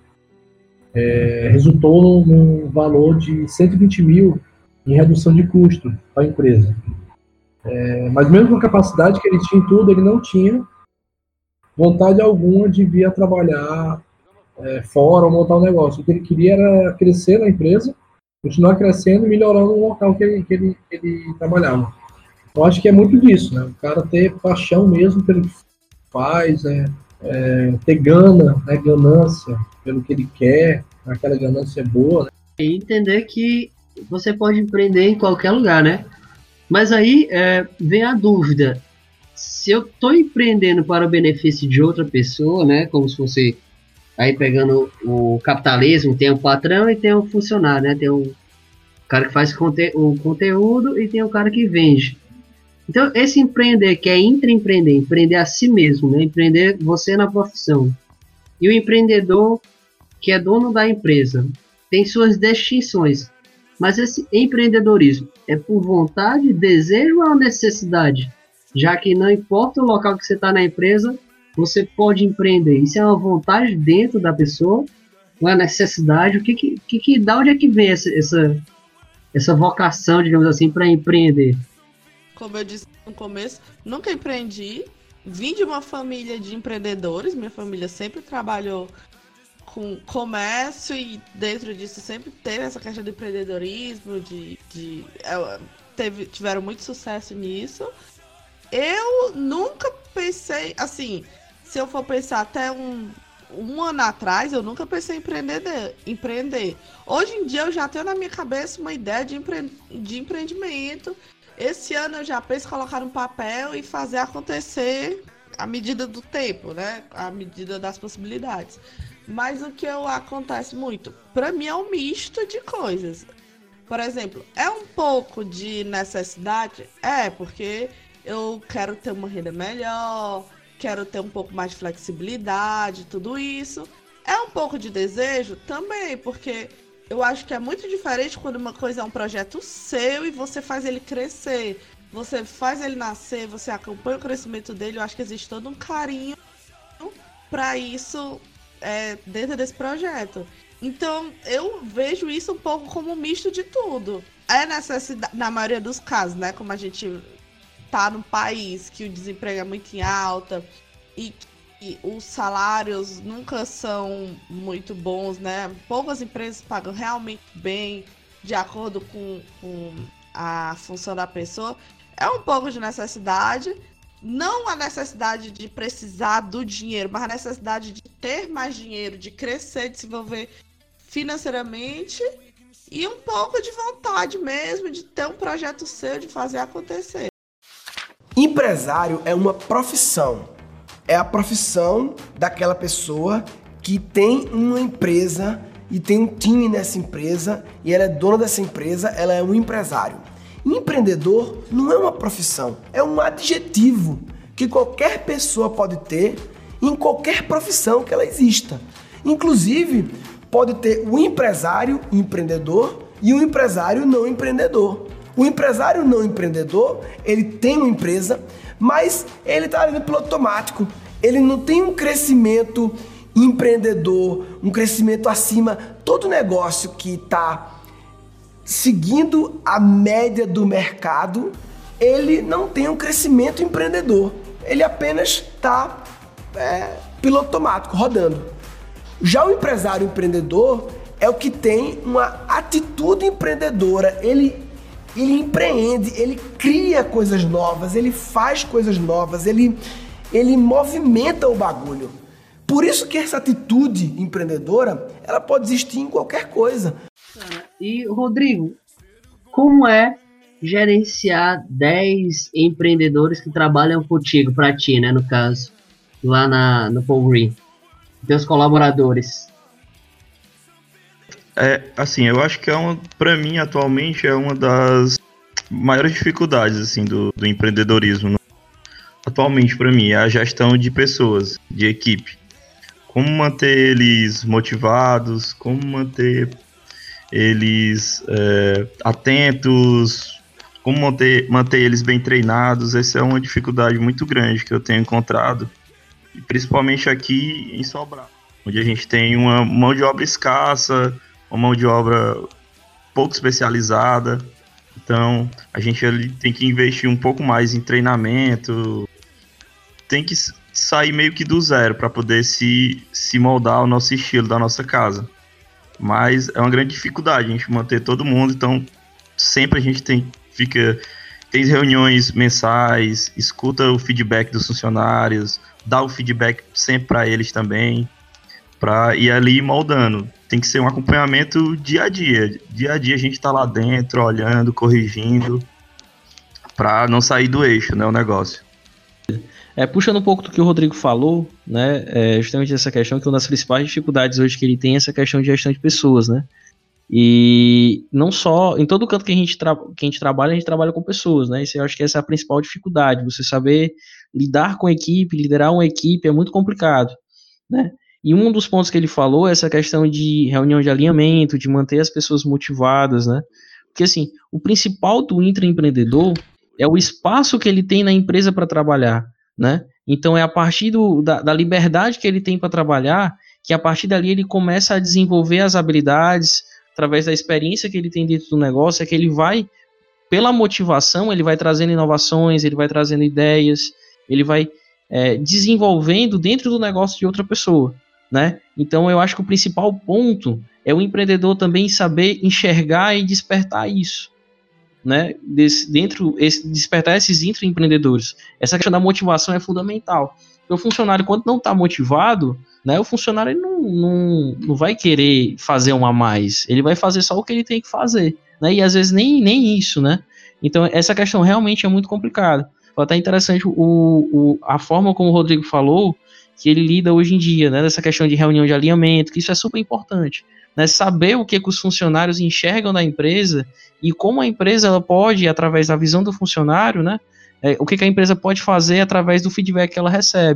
é, resultou num valor de cento e vinte mil em redução de custo para a empresa. É, mas mesmo com a capacidade que ele tinha em tudo, ele não tinha vontade alguma de vir a trabalhar é, fora ou montar um negócio. O que ele queria era crescer na empresa, continuar crescendo e melhorando o local que ele, que ele, que ele trabalhava. Eu acho que é muito disso, né? O cara ter paixão mesmo pelo que faz, é, é, ter gana, né? Ganância pelo que ele quer, aquela ganância boa, né? E entender que você pode empreender em qualquer lugar, né? Mas aí é, vem a dúvida. Se eu estou empreendendo para o benefício de outra pessoa, né? Como se fosse... Aí pegando o capitalismo, tem o patrão e tem o funcionário, né? Tem o cara que faz conte- o conteúdo e tem o cara que vende. Então, esse empreender, que é intraempreender, empreender a si mesmo, né? Empreender você na profissão. E o empreendedor, que é dono da empresa, tem suas distinções. Mas esse empreendedorismo é por vontade, desejo ou necessidade? Já que não importa o local que você está na empresa, você pode empreender. Isso é uma vontade dentro da pessoa, uma necessidade. O que que, que da onde é que vem essa, essa, essa vocação, digamos assim, para empreender? Como eu disse no começo, nunca empreendi. Vim de uma família de empreendedores. Minha família sempre trabalhou com comércio e dentro disso sempre teve essa questão de empreendedorismo, de, de teve, tiveram muito sucesso nisso. Eu nunca pensei, assim, se eu for pensar até um, um ano atrás, eu nunca pensei em empreender, empreender. Hoje em dia eu já tenho na minha cabeça uma ideia de, empre, de empreendimento. Esse ano eu já penso em colocar no papel e fazer acontecer à medida do tempo, né? À medida das possibilidades. Mas o que eu, acontece muito, para mim é um misto de coisas. Por exemplo, é um pouco de necessidade? É, porque eu quero ter uma renda melhor, quero ter um pouco mais de flexibilidade, tudo isso. É um pouco de desejo? Também, porque eu acho que é muito diferente quando uma coisa é um projeto seu e você faz ele crescer. Você faz ele nascer, você acompanha o crescimento dele. Eu acho que existe todo um carinho para isso é, dentro desse projeto. Então, eu vejo isso um pouco como um misto de tudo. É necessidade, na maioria dos casos, né? Como a gente tá num país que o desemprego é muito em alta e que os salários nunca são muito bons, né? Poucas empresas pagam realmente bem, de acordo com, com a função da pessoa. É um pouco de necessidade, não a necessidade de precisar do dinheiro, mas a necessidade de ter mais dinheiro, de crescer, de se desenvolver financeiramente e um pouco de vontade mesmo de ter um projeto seu, de fazer acontecer. Empresário é uma profissão. É a profissão daquela pessoa que tem uma empresa e tem um time nessa empresa e ela é dona dessa empresa, ela é um empresário. Empreendedor não é uma profissão, é um adjetivo que qualquer pessoa pode ter em qualquer profissão que ela exista. Inclusive, pode ter o empresário empreendedor e o empresário não empreendedor. O empresário não empreendedor, ele tem uma empresa, mas ele está ali no piloto automático. Ele não tem um crescimento empreendedor, um crescimento acima. Todo negócio que está seguindo a média do mercado, ele não tem um crescimento empreendedor. Ele apenas está é, piloto automático, rodando. Já o empresário empreendedor é o que tem uma atitude empreendedora. Ele, ele empreende, ele cria coisas novas, ele faz coisas novas, ele, ele movimenta o bagulho. Por isso que essa atitude empreendedora, ela pode existir em qualquer coisa. E, Rodrigo, como é gerenciar dez empreendedores que trabalham contigo, para ti, né, no caso, lá na, no Paul Green, teus colaboradores? É, assim, eu acho que é uma, para mim, atualmente, é uma das maiores dificuldades, assim, do, do empreendedorismo. Atualmente, para mim, é a gestão de pessoas, de equipe. Como manter eles motivados, como manter eles é, atentos, como manter, manter eles bem treinados. Essa é uma dificuldade muito grande que eu tenho encontrado, principalmente aqui em Sobral, onde a gente tem uma mão de obra escassa, uma mão de obra pouco especializada. Então a gente ali tem que investir um pouco mais em treinamento, tem que sair meio que do zero para poder se, se moldar ao nosso estilo da nossa casa. Mas é uma grande dificuldade a gente manter todo mundo, então sempre a gente tem, fica, tem reuniões mensais, escuta o feedback dos funcionários, dá o feedback sempre para eles também, para ir ali moldando. Tem que ser um acompanhamento dia a dia. Dia a dia a gente está lá dentro, olhando, corrigindo, para não sair do eixo, né, o negócio. É, puxando um pouco do que o Rodrigo falou, né, é justamente essa questão que uma das principais dificuldades hoje que ele tem é essa questão de gestão de pessoas, né, e não só, em todo canto que a gente, tra- que a gente trabalha, a gente trabalha com pessoas, né, isso eu acho que essa é a principal dificuldade, você saber lidar com a equipe, liderar uma equipe é muito complicado, né, e um dos pontos que ele falou é essa questão de reunião de alinhamento, de manter as pessoas motivadas, né, porque assim, o principal do intraempreendedor é o espaço que ele tem na empresa para trabalhar, né? Então é a partir do, da, da liberdade que ele tem para trabalhar, que a partir dali ele começa a desenvolver as habilidades, através da experiência que ele tem dentro do negócio, é que ele vai, pela motivação, ele vai trazendo inovações, ele vai trazendo ideias, ele vai é, desenvolvendo dentro do negócio de outra pessoa, né? Então eu acho que o principal ponto é o empreendedor também saber enxergar e despertar isso, né, desse, dentro, esse, despertar esses intraempreendedores. Essa questão da motivação é fundamental. Porque o funcionário, quando não está motivado, né, o funcionário ele não, não, não vai querer fazer um a mais. Ele vai fazer só o que ele tem que fazer, né, e às vezes nem, nem isso, né. Então essa questão realmente é muito complicada. Foi até interessante o, o, a forma como o Rodrigo falou que ele lida hoje em dia, né, dessa questão de reunião de alinhamento, que isso é super importante, né, saber o que, que os funcionários enxergam da empresa e como a empresa ela pode, através da visão do funcionário, né, é, o que, que a empresa pode fazer através do feedback que ela recebe.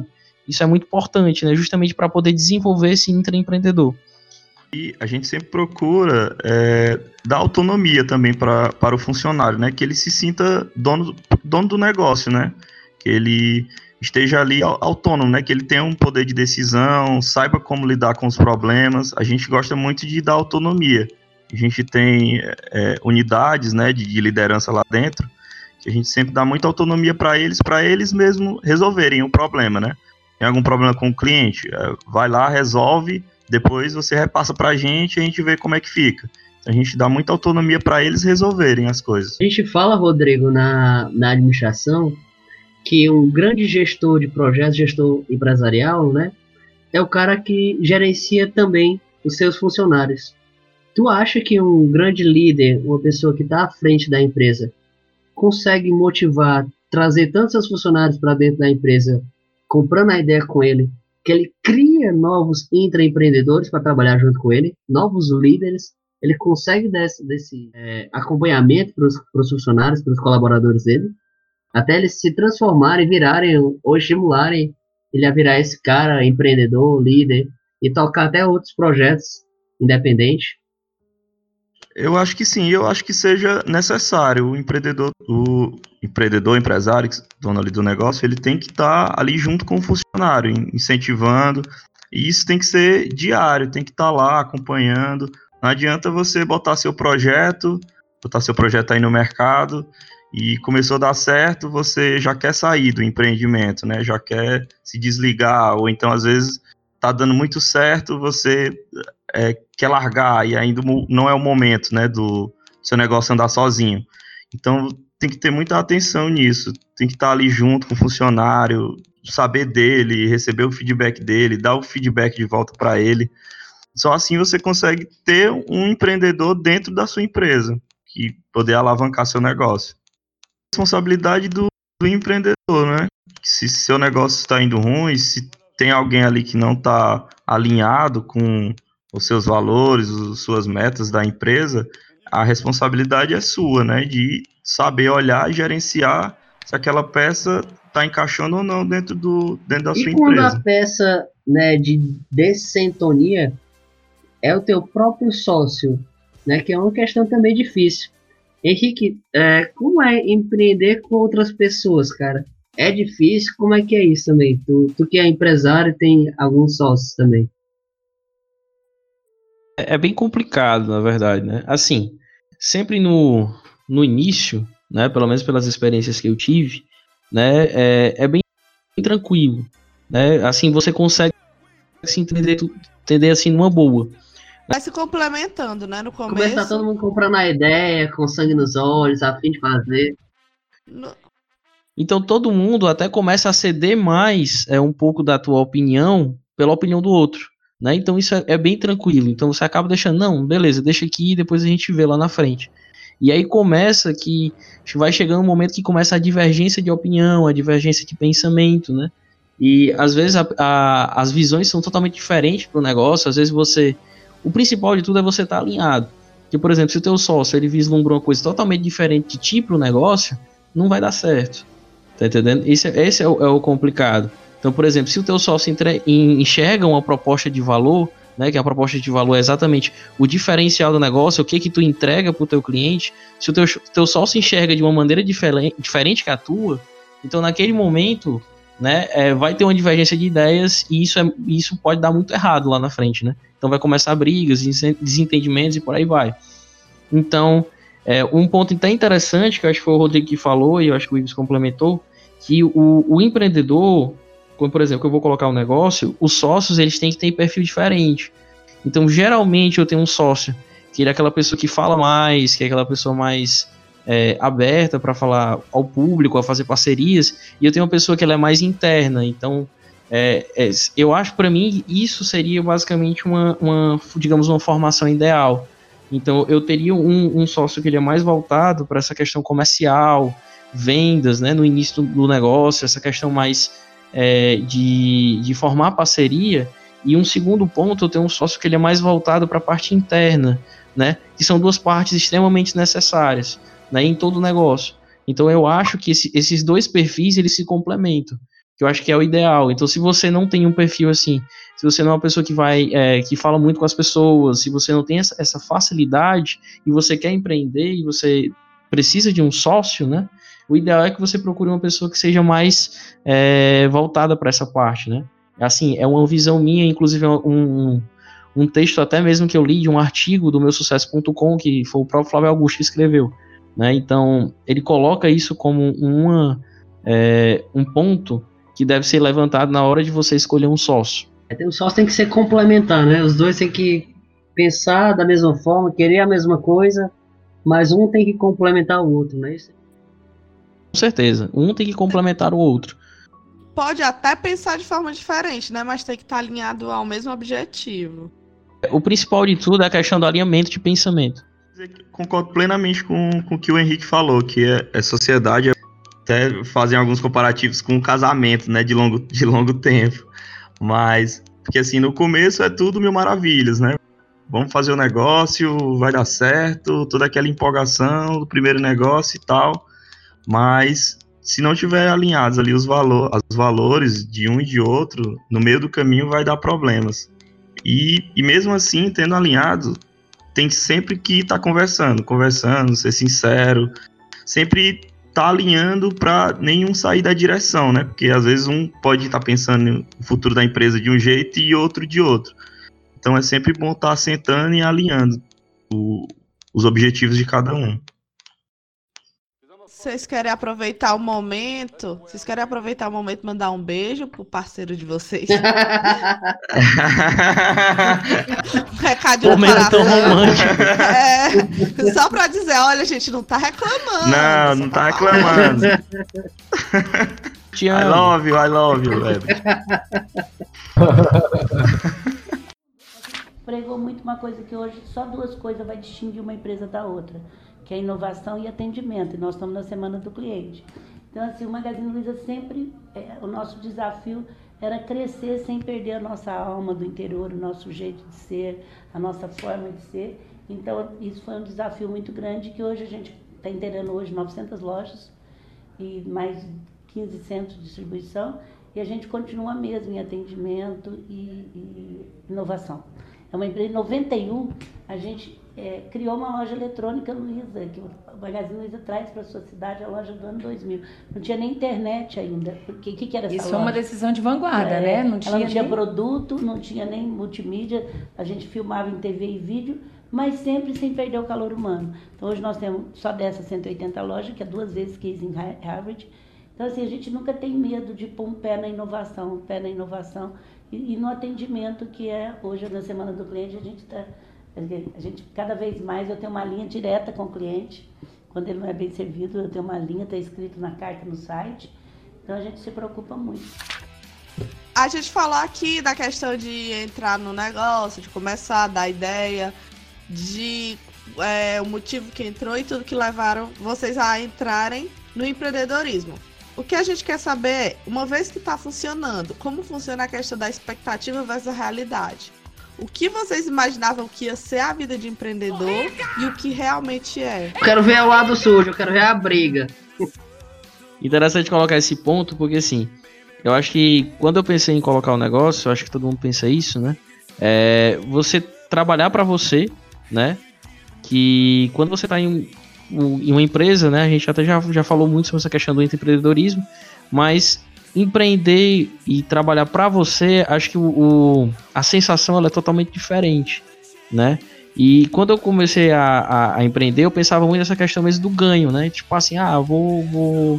Isso é muito importante, né? Justamente para poder desenvolver esse intraempreendedor. E a gente sempre procura é, dar autonomia também pra, para o funcionário, né? Que ele se sinta dono, dono do negócio, né? Que ele esteja ali autônomo, né? Que ele tenha um poder de decisão, saiba como lidar com os problemas. A gente gosta muito de dar autonomia. A gente tem é, unidades, né, de, de liderança lá dentro, que a gente sempre dá muita autonomia para eles, para eles mesmos resolverem o problema, né? Tem algum problema com o cliente? É, vai lá, resolve, depois você repassa para a gente e a gente vê como é que fica. A gente dá muita autonomia para eles resolverem as coisas. A gente fala, Rodrigo, na, na administração, que um grande gestor de projetos, gestor empresarial, né, é o cara que gerencia também os seus funcionários. Tu acha que um grande líder, uma pessoa que está à frente da empresa, consegue motivar, trazer tantos seus funcionários para dentro da empresa, comprando a ideia com ele, que ele cria novos intraempreendedores para trabalhar junto com ele, novos líderes, ele consegue desse, desse é, acompanhamento para os funcionários, para os colaboradores dele, até eles se transformarem, virarem ou estimularem ele a virar esse cara empreendedor, líder, e tocar até outros projetos independentes. Eu acho que sim, eu acho que seja necessário. O empreendedor, o empreendedor, empresário, dono ali do negócio, ele tem que estar ali junto com o funcionário, incentivando, e isso tem que ser diário, tem que estar lá acompanhando. Não adianta você botar seu projeto, botar seu projeto aí no mercado, e começou a dar certo, você já quer sair do empreendimento, né? Já quer se desligar, ou então às vezes tá dando muito certo, você é, quer largar e ainda não é o momento, né, do seu negócio andar sozinho. Então tem que ter muita atenção nisso, tem que estar ali junto com o funcionário, saber dele, receber o feedback dele, dar o feedback de volta para ele. Só assim você consegue ter um empreendedor dentro da sua empresa, que poder alavancar seu negócio. Responsabilidade do, do empreendedor, né? Se seu negócio está indo ruim, se tem alguém ali que não está alinhado com os seus valores, as suas metas da empresa, a responsabilidade é sua, né? De saber olhar e gerenciar se aquela peça está encaixando ou não dentro, do, dentro da e sua quando empresa. A peça, né, de dessintonia é o teu próprio sócio, né? Que é uma questão também difícil. Henrique, é, como é empreender com outras pessoas, cara? É difícil? Como é que é isso também? Tu, tu que é empresário tem alguns sócios também. É, é bem complicado, na verdade, né? Assim, sempre no, no início, né? Pelo menos pelas experiências que eu tive, né? É, é bem, bem tranquilo, né? Assim, você consegue se entender, entender assim numa boa. Vai se complementando, né? No começo. Começa a todo mundo comprando a ideia, com sangue nos olhos, a fim de fazer. No... Então todo mundo até começa a ceder mais é, um pouco da tua opinião pela opinião do outro, né? Então isso é, é bem tranquilo. Então você acaba deixando, não, beleza, deixa aqui e depois a gente vê lá na frente. E aí começa que vai chegando um momento que começa a divergência de opinião, a divergência de pensamento, né? E às vezes a, a, as visões são totalmente diferentes para o negócio. Às vezes você, o principal de tudo é você estar alinhado. Porque, por exemplo, se o teu sócio ele vislumbra uma coisa totalmente diferente de ti para o negócio, não vai dar certo. Tá entendendo? Esse, esse é, o, é o complicado. Então, por exemplo, se o teu sócio entre, enxerga uma proposta de valor, né, que a proposta de valor é exatamente o diferencial do negócio, o que que tu entrega para o teu cliente, se o teu, teu sócio enxerga de uma maneira diferente, diferente que a tua, então naquele momento, né, é, vai ter uma divergência de ideias e isso, é, isso pode dar muito errado lá na frente, né? Então vai começar brigas, desentendimentos e por aí vai. Então, É, um ponto até interessante, que eu acho que foi o Rodrigo que falou, e eu acho que o Ives complementou, que o, o empreendedor, como por exemplo, que eu vou colocar um negócio, os sócios eles têm que ter perfil diferente. Então, geralmente, eu tenho um sócio, que ele é aquela pessoa que fala mais, que é aquela pessoa mais é, aberta para falar ao público, a fazer parcerias, e eu tenho uma pessoa que ela é mais interna. Então, é, é, eu acho, para mim, isso seria basicamente uma, uma, digamos, uma formação ideal. Então, eu teria um, um sócio que ele é mais voltado para essa questão comercial, vendas, né, no início do, do negócio, essa questão mais é, de, de formar parceria. E um segundo ponto, eu tenho um sócio que ele é mais voltado para a parte interna, né, que são duas partes extremamente necessárias, né, em todo o negócio. Então, eu acho que esse, esses dois perfis, eles se complementam. que eu acho que é o ideal. Então, se você não tem um perfil assim, se você não é uma pessoa que vai, é, que fala muito com as pessoas, se você não tem essa, essa facilidade e você quer empreender e você precisa de um sócio, né? O ideal é que você procure uma pessoa que seja mais é, voltada para essa parte, né? Assim, é uma visão minha, inclusive um, um texto até mesmo que eu li de um artigo do meu sucesso ponto com, que foi o próprio Flávio Augusto que escreveu, né? Então, ele coloca isso como uma, é, um ponto que deve ser levantado na hora de você escolher um sócio. O sócio tem que ser complementar, né? Os dois têm que pensar da mesma forma, querer a mesma coisa, mas um tem que complementar o outro, não é isso? Com certeza, um tem que complementar o outro. Pode até pensar de forma diferente, né? Mas tem que estar alinhado ao mesmo objetivo. O principal de tudo é a questão do alinhamento de pensamento. Concordo plenamente com, com o que o Henrique falou, que é, é sociedade, até fazem alguns comparativos com o casamento, né, de longo, de longo tempo. Mas, porque assim, no começo é tudo mil maravilhas, né? Vamos fazer o negócio, vai dar certo, toda aquela empolgação do primeiro negócio e tal. Mas, se não tiver alinhados ali os, valor, os valores de um e de outro, no meio do caminho vai dar problemas. E, e mesmo assim, tendo alinhado, tem sempre que estar tá conversando, conversando, ser sincero, sempre tá alinhando para nenhum sair da direção, né? Porque às vezes um pode estar tá pensando no futuro da empresa de um jeito e outro de outro. Então é sempre bom estar tá sentando e alinhando o, os objetivos de cada um. Vocês querem aproveitar o momento? Vocês querem aproveitar o momento e mandar um beijo pro parceiro de vocês? Um recadinho momento tão romântico. É, só pra dizer, olha, a gente não tá reclamando. Não, não tá reclamando. Te I amo. love you, I love you, velho. Pregou muito uma coisa que hoje só duas coisas vai distinguir uma empresa da outra, que é inovação e atendimento, e nós estamos na Semana do Cliente. Então, assim, o Magazine Luiza sempre, é, o nosso desafio era crescer sem perder a nossa alma do interior, o nosso jeito de ser, a nossa forma de ser. Então, isso foi um desafio muito grande, que hoje a gente está inteirando hoje novecentas lojas e mais quinze centros de distribuição, e a gente continua mesmo em atendimento e, e inovação. É uma empresa, em noventa e um, a gente é, criou uma loja eletrônica Luiza, que o Magazine Luiza traz para a sua cidade, a loja do ano dois mil. Não tinha nem internet ainda, porque o que, que era essa Isso loja? foi uma decisão de vanguarda, é, né? Não tinha ela não tinha nem... produto, não tinha nem multimídia, a gente filmava em T V e vídeo, mas sempre sem perder o calor humano. Então hoje nós temos só dessas cento e oitenta lojas, que é duas vezes case em Harvard. Então assim, a gente nunca tem medo de pôr um pé na inovação, um pé na inovação e, e no atendimento, que é hoje na Semana do Cliente, a gente está, a gente cada vez mais, eu tenho uma linha direta com o cliente, quando ele não é bem servido, eu tenho uma linha, está escrito na carta no site, então a gente se preocupa muito. A gente falou aqui da questão de entrar no negócio, de começar a dar ideia, de é, o motivo que entrou e tudo que levaram vocês a entrarem no empreendedorismo. O que a gente quer saber é, uma vez que está funcionando, como funciona a questão da expectativa versus a realidade? O que vocês imaginavam que ia ser a vida de empreendedor e o que realmente é? Eu quero ver o lado sujo, eu quero ver a briga. Interessante colocar esse ponto, porque assim, eu acho que quando eu pensei em colocar o negócio, eu acho que todo mundo pensa isso, né? É você trabalhar para você, né? Que quando você está em, em uma empresa, né? A gente até já, já falou muito sobre essa questão do empreendedorismo, mas empreender e trabalhar para você, acho que o, o, a sensação ela é totalmente diferente, né? E quando eu comecei a, a, a empreender, eu pensava muito nessa questão mesmo do ganho, né? Tipo assim, ah, vou, vou,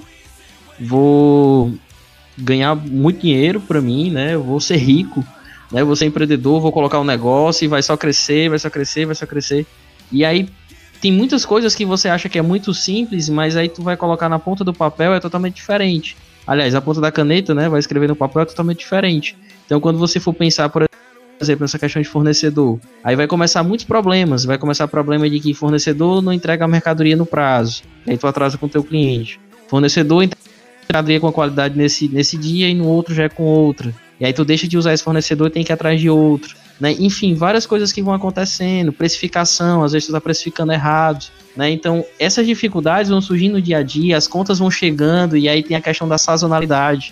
vou ganhar muito dinheiro para mim, né? Eu vou ser rico, né? Eu vou ser empreendedor, vou colocar um negócio e vai só crescer, vai só crescer, vai só crescer. E aí tem muitas coisas que você acha que é muito simples, mas aí tu vai colocar na ponta do papel é totalmente diferente. Aliás, a ponta da caneta, né, vai escrever no papel é totalmente diferente. Então, quando você for pensar, por exemplo, nessa questão de fornecedor, aí vai começar muitos problemas. Vai começar o problema de que fornecedor não entrega a mercadoria no prazo. Aí tu atrasa com o teu cliente. Fornecedor entrega a mercadoria com a qualidade nesse, nesse dia e no outro já é com outra. E aí tu deixa de usar esse fornecedor e tem que ir atrás de outro. Né? Enfim, várias coisas que vão acontecendo. Precificação, às vezes tu tá precificando errado. Né? Então, essas dificuldades vão surgindo no dia a dia, as contas vão chegando, e aí tem a questão da sazonalidade.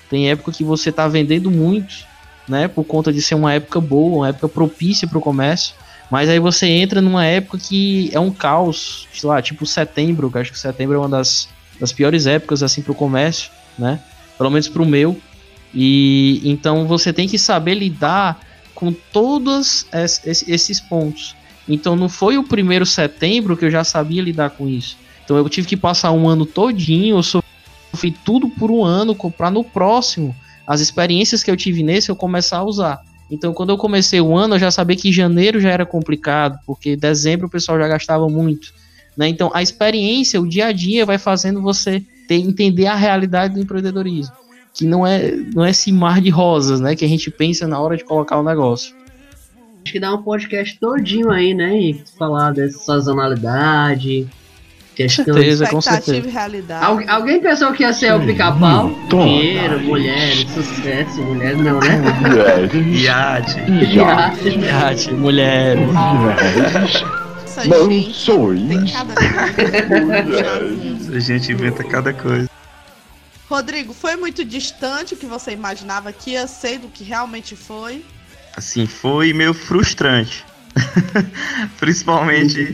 tem época que você tá vendendo muito, né, por conta de ser uma época boa, uma época propícia para o comércio, mas aí você entra numa época que é um caos, sei lá, tipo setembro, que eu acho que setembro é uma das, das piores épocas, assim, para o comércio, né, pelo menos para o meu, e então você tem que saber lidar com todos esses pontos. Então não foi o primeiro setembro que eu já sabia lidar com isso. Então eu tive que passar um ano todinho, eu sofri tudo por um ano, para no próximo, as experiências que eu tive nesse, eu começar a usar. Então quando eu comecei o ano, eu já sabia que janeiro já era complicado, porque dezembro o pessoal já gastava muito, né? Então a experiência, o dia a dia vai fazendo você ter, entender a realidade do empreendedorismo, que não é, não é esse mar de rosas, né, que a gente pensa na hora de colocar o negócio. Acho que dá um podcast todinho aí, né, e falar dessa sazonalidade, questão com certeza, de com certeza. E realidade. Algu alguém pensou que ia ser o pica-pau? Dinheiro, mulheres, sucesso, mulheres, não, né? Iate. Iate. Iate, mulheres. Nossa, gente, tem cada coisa. A gente inventa cada coisa. Rodrigo, foi muito distante o que você imaginava que ia ser do que realmente foi? Assim, foi meio frustrante. Principalmente...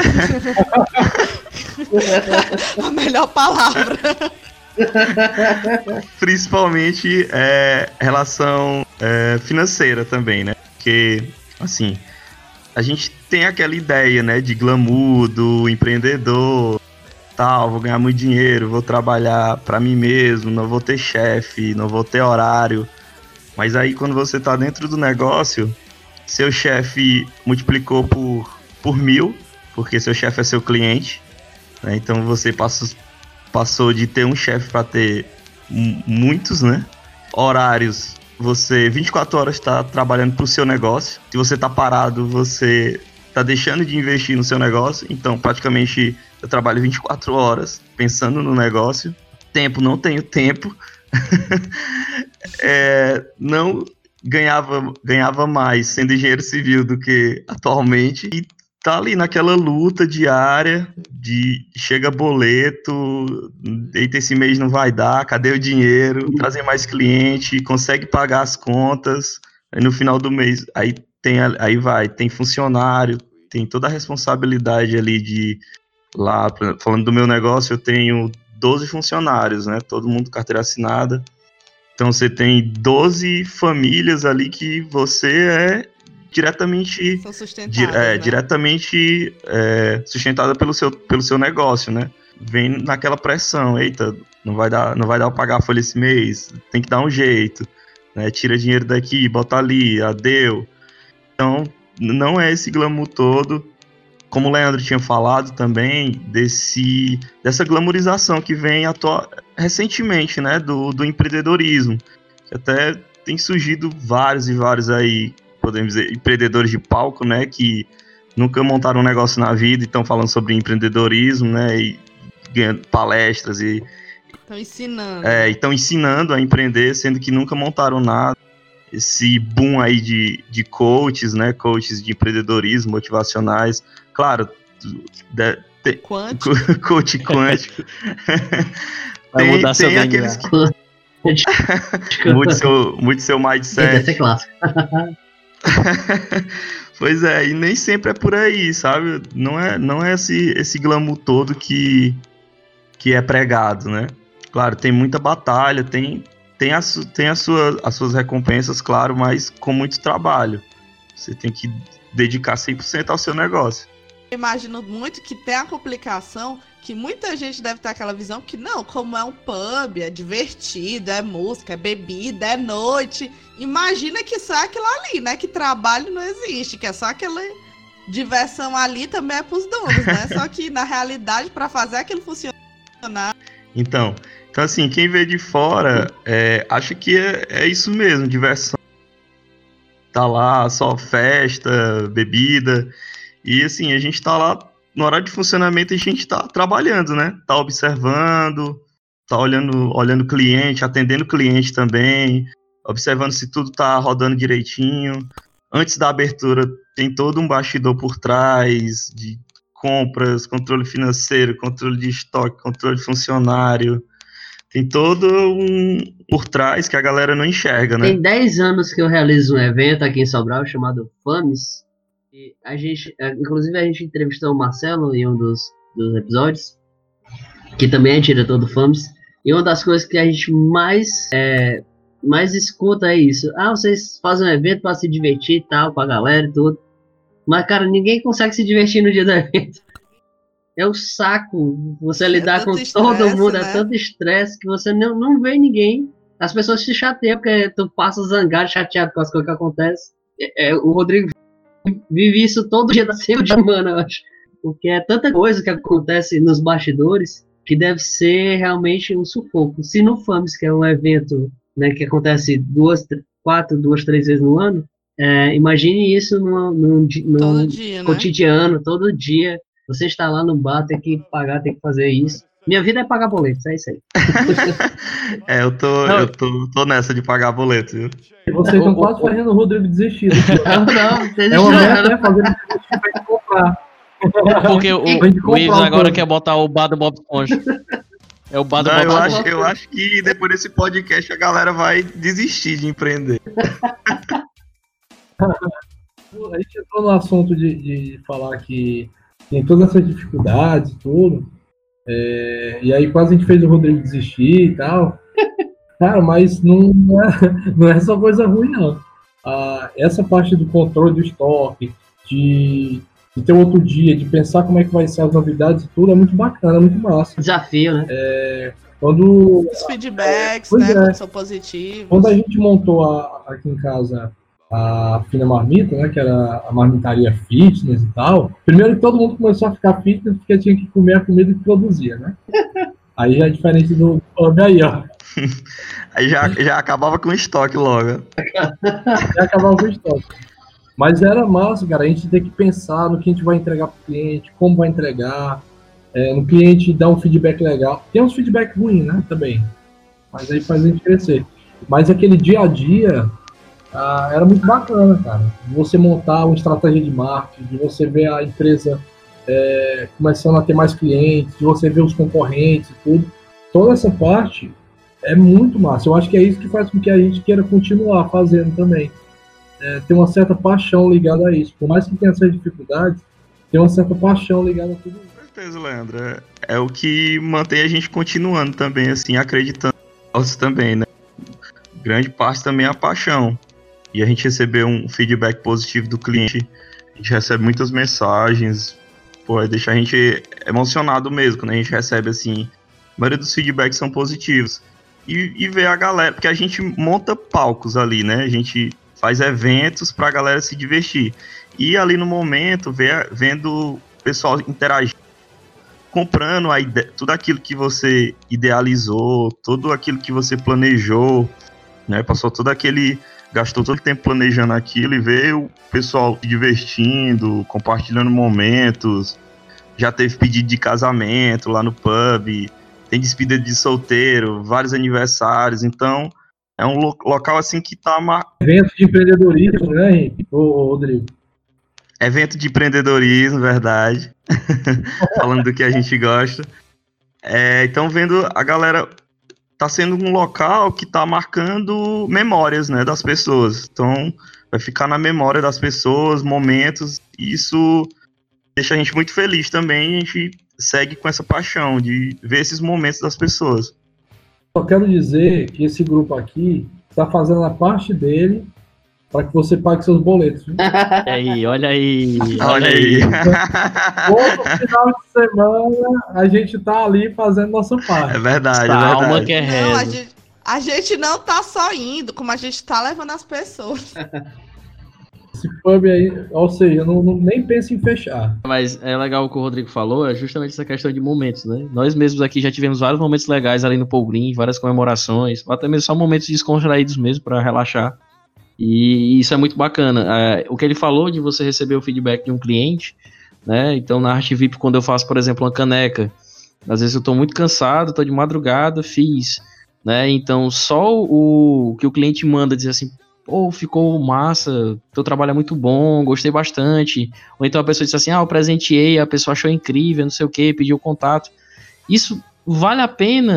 A melhor palavra. Principalmente é, relação é, financeira também, né? Porque, assim, a gente tem aquela ideia, né, de glamour, do empreendedor, tal, vou ganhar muito dinheiro, vou trabalhar pra mim mesmo, não vou ter chefe, não vou ter horário. Mas aí quando você tá dentro do negócio, seu chefe multiplicou por, por mil, porque seu chefe é seu cliente, né? Então você passou, passou de ter um chefe para ter muitos, né? Horários, você vinte e quatro horas está trabalhando para o seu negócio. Se você está parado, você está deixando de investir no seu negócio. Então praticamente eu trabalho vinte e quatro horas pensando no negócio. Tempo, não tenho tempo. é, não ganhava, ganhava mais sendo engenheiro civil do que atualmente. E tá ali naquela luta diária de chega boleto, eita, esse mês não vai dar, cadê o dinheiro, trazer mais cliente, consegue pagar as contas, aí no final do mês, aí, tem, aí vai, tem funcionário, tem toda a responsabilidade ali de, lá, falando do meu negócio, eu tenho doze funcionários, né, todo mundo carteira assinada, então você tem doze famílias ali que você é diretamente, di, é, né? diretamente é, sustentada pelo seu, pelo seu negócio, né? Vem naquela pressão, eita, não vai dar, não vai dar para pagar a folha esse mês, tem que dar um jeito, né? Tira dinheiro daqui, bota ali, adeu. Então, não é esse glamour todo, como o Leandro tinha falado também, desse, dessa glamorização que vem atua, recentemente, né? Do, do empreendedorismo, que até tem surgido vários e vários aí, podemos dizer, empreendedores de palco, né, que nunca montaram um negócio na vida e estão falando sobre empreendedorismo, né, e ganhando palestras e estão ensinando. É, estão ensinando a empreender, sendo que nunca montaram nada. Esse boom aí de, de coaches, né, coaches de empreendedorismo, motivacionais, claro, de, de, quântico. coach quântico. Vai tem mudar tem aqueles que Mude seu, mude seu mindset. Deve ser clássico. Pois é, e nem sempre é por aí, sabe? Não é, não é esse, esse glamour todo que, que é pregado, né? Claro, tem muita batalha, tem, tem, a, tem a sua, as suas recompensas, claro, mas com muito trabalho. Você tem que dedicar cem por cento ao seu negócio. Eu imagino muito que tem a complicação que muita gente deve ter aquela visão que não, como é um pub, é divertido, é música, é bebida, é noite. Imagina que só aquilo ali, né? Que trabalho não existe, que é só aquela diversão ali também é pros donos, né? Só que na realidade, para fazer aquilo funcionar... Então, então assim, quem vê de fora é, acha que é, é isso mesmo, diversão. Tá lá, só festa, bebida. E assim, a gente tá lá, no horário de funcionamento, a gente tá trabalhando, né? Tá observando, tá olhando olhando cliente, atendendo cliente também, observando se tudo tá rodando direitinho. Antes da abertura, tem todo um bastidor por trás, de compras, controle financeiro, controle de estoque, controle de funcionário. tem todo um por trás que a galera não enxerga, né? Tem dez anos que eu realizo um evento aqui em Sobral chamado FAMES. E a gente, inclusive a gente entrevistou o Marcelo em um dos, dos episódios, que também é diretor do FAMES. E uma das coisas que a gente mais, é, mais escuta é isso. Ah, vocês fazem um evento para se divertir e tal, com a galera e tudo. Mas, cara, ninguém consegue se divertir no dia do evento. É um saco você é lidar com todo mundo, né? É tanto estresse que você não, não vê ninguém. As pessoas se chateiam porque tu passa zangado, chateado com as coisas que acontecem. É, é, o Rodrigo vive isso todo dia da semana, eu acho. Porque é tanta coisa que acontece nos bastidores que deve ser realmente um sufoco. Se no FAMES, que é um evento, né, que acontece duas, quatro, duas, três vezes no ano, é, imagine isso no, no, no todo dia, cotidiano, né? todo dia. Você está lá no bar, tem que pagar, tem que fazer isso. Minha vida é pagar boletos, é isso aí. é, eu, tô, eu tô, tô nessa de pagar boleto, viu? E vocês estão quase fazendo o Rodrigo desistir. Não, não, é uma meta, né? Fazer ele desistir pra gente comprar. Porque o, o Ives agora quer botar o bar do Bob Esponja. É o bar do Não, Bob eu Esponja. acho, eu acho que depois desse podcast a galera vai desistir de empreender. A gente entrou no assunto de, de falar que tem todas essas dificuldades e tudo. É, e aí quase a gente fez o Rodrigo desistir e tal. Cara, mas não é, não é só coisa ruim, não. Ah, essa parte do controle do estoque, de, de ter outro dia, de pensar como é que vai ser as novidades e tudo, é muito bacana, é muito massa. Desafio, né? É, quando, Os feedbacks, é, né, é. quando são positivos. Quando a gente montou a, aqui em casa a Fina Marmita, né, que era a marmitaria fitness e tal, primeiro que todo mundo começou a ficar fitness porque tinha que comer a comida que produzia, né? Aí já é diferente do pub aí, ó. Aí já, já acabava com o estoque logo. Já acabava com o estoque. Mas era massa, cara, a gente tem que pensar no que a gente vai entregar pro cliente, como vai entregar, é, no cliente dar um feedback legal. Tem uns feedback ruins, né, também. Mas aí faz a gente crescer. Mas aquele dia a dia... Ah, era muito bacana, cara, de você montar uma estratégia de marketing, de você ver a empresa é, começando a ter mais clientes, de você ver os concorrentes e tudo. Toda essa parte é muito massa. Eu acho que é isso que faz com que a gente queira continuar fazendo também. É, tem uma certa paixão ligada a isso. Por mais que tenha essas dificuldades, tem uma certa paixão ligada a tudo isso. Com certeza, Leandro. É, é o que mantém a gente continuando também, assim, acreditando nisso também, né? Grande parte também é a paixão. E a gente recebeu um feedback positivo do cliente, a gente recebe muitas mensagens, pô, deixa a gente emocionado mesmo, quando a gente recebe, assim, a maioria dos feedbacks são positivos. E, e ver a galera, porque a gente monta palcos ali, né, a gente faz eventos pra galera se divertir. E ali no momento, ver, vendo o pessoal interagir, comprando a ide- tudo aquilo que você idealizou, tudo aquilo que você planejou, né, passou todo aquele... gastou todo o tempo planejando aquilo e ver o pessoal se divertindo, compartilhando momentos. Já teve pedido de casamento lá no pub, tem despedida de solteiro, vários aniversários. Então, é um lo- local assim que tá... Mar... Evento de empreendedorismo, né, Henrique? Ô, Rodrigo? Evento de empreendedorismo, verdade. Falando do que a gente gosta. É, então, vendo a galera... tá sendo um local que tá marcando memórias, né, das pessoas. Então, vai ficar na memória das pessoas, momentos, e isso deixa a gente muito feliz também, a gente segue com essa paixão de ver esses momentos das pessoas. Só quero dizer que esse grupo aqui está fazendo a parte dele para que você pague seus boletos. Viu? Olha aí, olha aí. Olha, olha aí. Todo final de semana a gente tá ali fazendo nossa parte. É verdade, Essa é verdade. alma que é Não, a reza. gente, a gente não tá só indo, como a gente tá levando as pessoas. Esse pub aí, ou seja, não, não, nem pensa em fechar. Mas é legal o que o Rodrigo falou, é justamente essa questão de momentos, né? Nós mesmos aqui já tivemos vários momentos legais ali no Paul Green, várias comemorações, ou até mesmo só momentos descontraídos mesmo para relaxar. E isso é muito bacana. É, o que ele falou de você receber o feedback de um cliente, né? Então na Arte V I P, quando eu faço, por exemplo, uma caneca, às vezes eu tô muito cansado, tô de madrugada, fiz, né? Então só o que o cliente manda dizer assim, pô, ficou massa, teu trabalho é muito bom, gostei bastante. Ou então a pessoa disse assim, ah, eu presenteei, a pessoa achou incrível, não sei o que, pediu contato. Isso vale a pena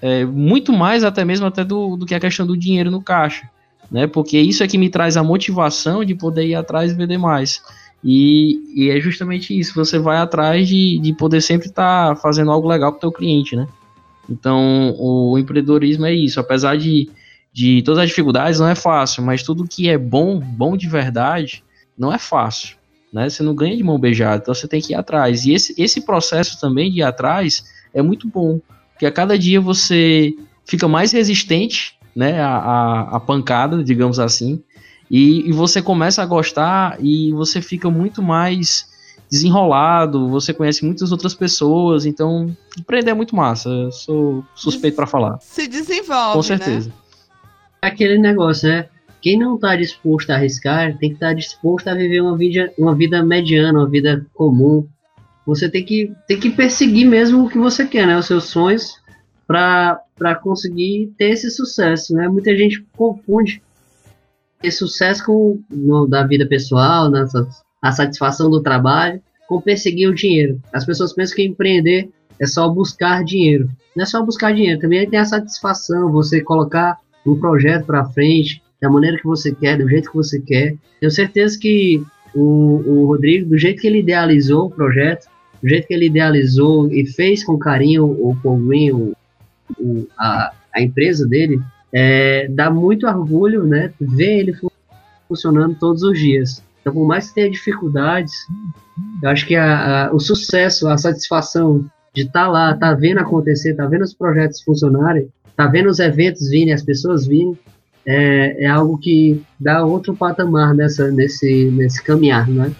é, muito mais até mesmo até do, do que a questão do dinheiro no caixa, né? Porque isso é que me traz a motivação de poder ir atrás e vender mais. E, e é justamente isso, você vai atrás de, de poder sempre estar tá fazendo algo legal para o teu cliente, né? Então, o empreendedorismo é isso, apesar de, de todas as dificuldades, não é fácil, mas tudo que é bom, bom de verdade, não é fácil, né? Você não ganha de mão beijada, então você tem que ir atrás. E esse, esse processo também de ir atrás é muito bom, porque a cada dia você fica mais resistente, né, a, a, a pancada, digamos assim, e, e você começa a gostar e você fica muito mais desenrolado, você conhece muitas outras pessoas, então empreender é muito massa, eu sou suspeito para falar. Se desenvolve, com certeza. Né? É aquele negócio, né? Quem não está disposto a arriscar, tem que estar disposto a viver uma vida, uma vida mediana, uma vida comum. Você tem que, tem que perseguir mesmo o que você quer, né? Os seus sonhos, para conseguir ter esse sucesso, né? Muita gente confunde esse sucesso com no, da vida pessoal, nessa, a satisfação do trabalho, com perseguir o dinheiro. As pessoas pensam que empreender é só buscar dinheiro. Não é só buscar dinheiro, também tem a satisfação, você colocar um projeto para frente, da maneira que você quer, do jeito que você quer. Tenho certeza que o, o Rodrigo, do jeito que ele idealizou o projeto, do jeito que ele idealizou e fez com carinho o Paul o, o, a, a empresa dele, é, dá muito orgulho, né, ver ele funcionando todos os dias. Então, por mais que tenha dificuldades, eu acho que a, a, o sucesso, a satisfação de estar tá lá, estar tá vendo acontecer, estar tá vendo os projetos funcionarem, estar tá vendo os eventos virem, as pessoas virem, é, é algo que dá outro patamar nessa, nesse, nesse caminhar, né?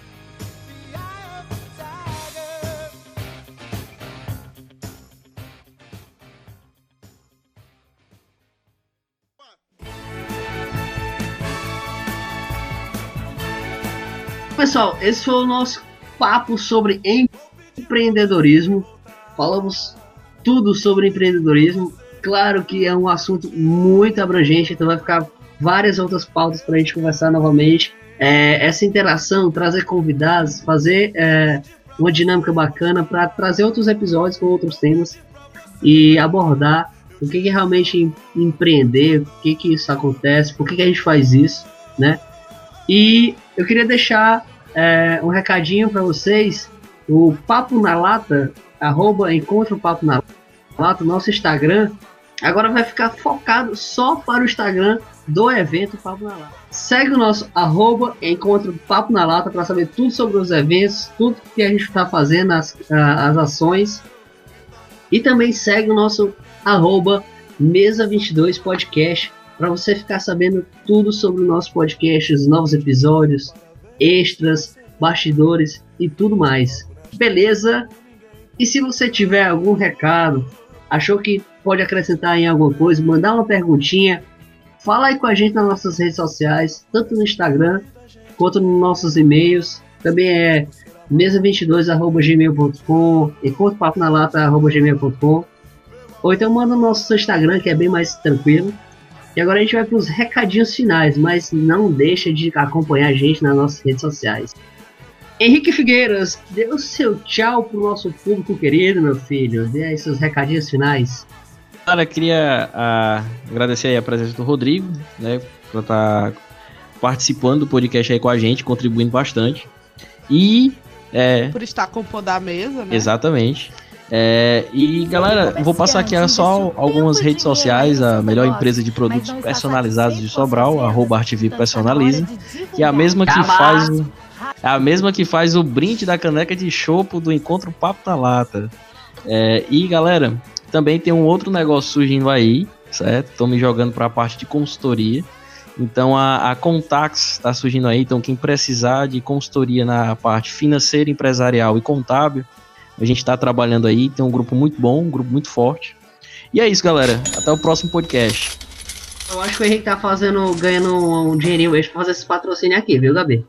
Pessoal, esse foi o nosso papo sobre empreendedorismo. Falamos tudo sobre empreendedorismo. Claro que é um assunto muito abrangente, então vai ficar várias outras pautas para a gente conversar novamente. É, essa interação, trazer convidados, fazer é, uma dinâmica bacana para trazer outros episódios com outros temas e abordar o que é realmente empreender, o que, que isso acontece, por que, que a gente faz isso, né? E eu queria deixar é, um recadinho para vocês. O Papo na Lata, arroba Encontro Papo na Lata, nosso Instagram, agora vai ficar focado só para o Instagram do evento Papo na Lata. Segue o nosso arroba Encontro Papo na Lata para saber tudo sobre os eventos, tudo que a gente está fazendo, as, as ações. E também segue o nosso arroba Mesa vinte e dois Podcast, para você ficar sabendo tudo sobre o nosso podcast, os novos episódios, extras, bastidores e tudo mais. Beleza? E se você tiver algum recado, achou que pode acrescentar em alguma coisa, mandar uma perguntinha, fala aí com a gente nas nossas redes sociais, tanto no Instagram quanto nos nossos e-mails. Também é mesa vinte e dois arroba gmail ponto com, encontro papo na lata arroba gmail ponto com, ou então manda no nosso Instagram, que é bem mais tranquilo. E agora a gente vai para os recadinhos finais, mas não deixa de acompanhar a gente nas nossas redes sociais. Henrique Figueiras, dê o seu tchau pro nosso público querido, meu filho. Dê aí seus recadinhos finais. Cara, queria uh, agradecer aí a presença do Rodrigo, né, por estar tá participando do podcast aí com a gente, contribuindo bastante. E... É, por estar compondo a mesa, né? Exatamente. É, e galera, vou passar aqui só algumas redes sociais, a melhor empresa de produtos personalizados de Sobral, arroba Artvip Personaliza, que é a mesma que faz o, é a mesma que faz o brinde da caneca de chopp do Encontro Papo na Lata. É, e galera, também tem um outro negócio surgindo aí, certo? Estou me jogando para a parte de consultoria. Então a, a Contax está surgindo aí, então quem precisar de consultoria na parte financeira, empresarial e contábil, a gente está trabalhando aí, tem um grupo muito bom, um grupo muito forte. E é isso, galera. Até o próximo podcast. Eu acho que o Henrique tá fazendo, ganhando um dinheirinho extra pra fazer esse patrocínio aqui, viu, Gabi?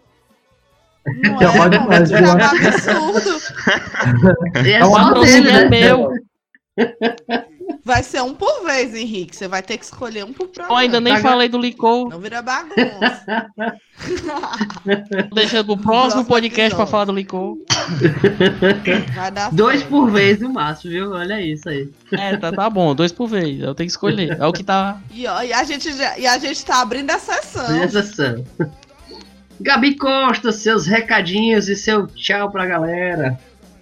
Não é, é, mais, é um absurdo. É só dele, né? É meu. Vai ser um por vez, Henrique. Você vai ter que escolher um por programa. Eu ainda nem Tá falei do licor. Não vira bagunça. Deixando pro próximo, Próximo podcast episódio. pra falar do licor. Vai dar Dois certo. por vez no máximo, viu? Olha isso aí. É, tá, tá bom, dois por vez. Eu tenho que escolher. É o que tá. E, ó, e, a gente já, e a gente tá abrindo a sessão. Exceção. Gabi Costa, seus recadinhos e seu tchau pra galera.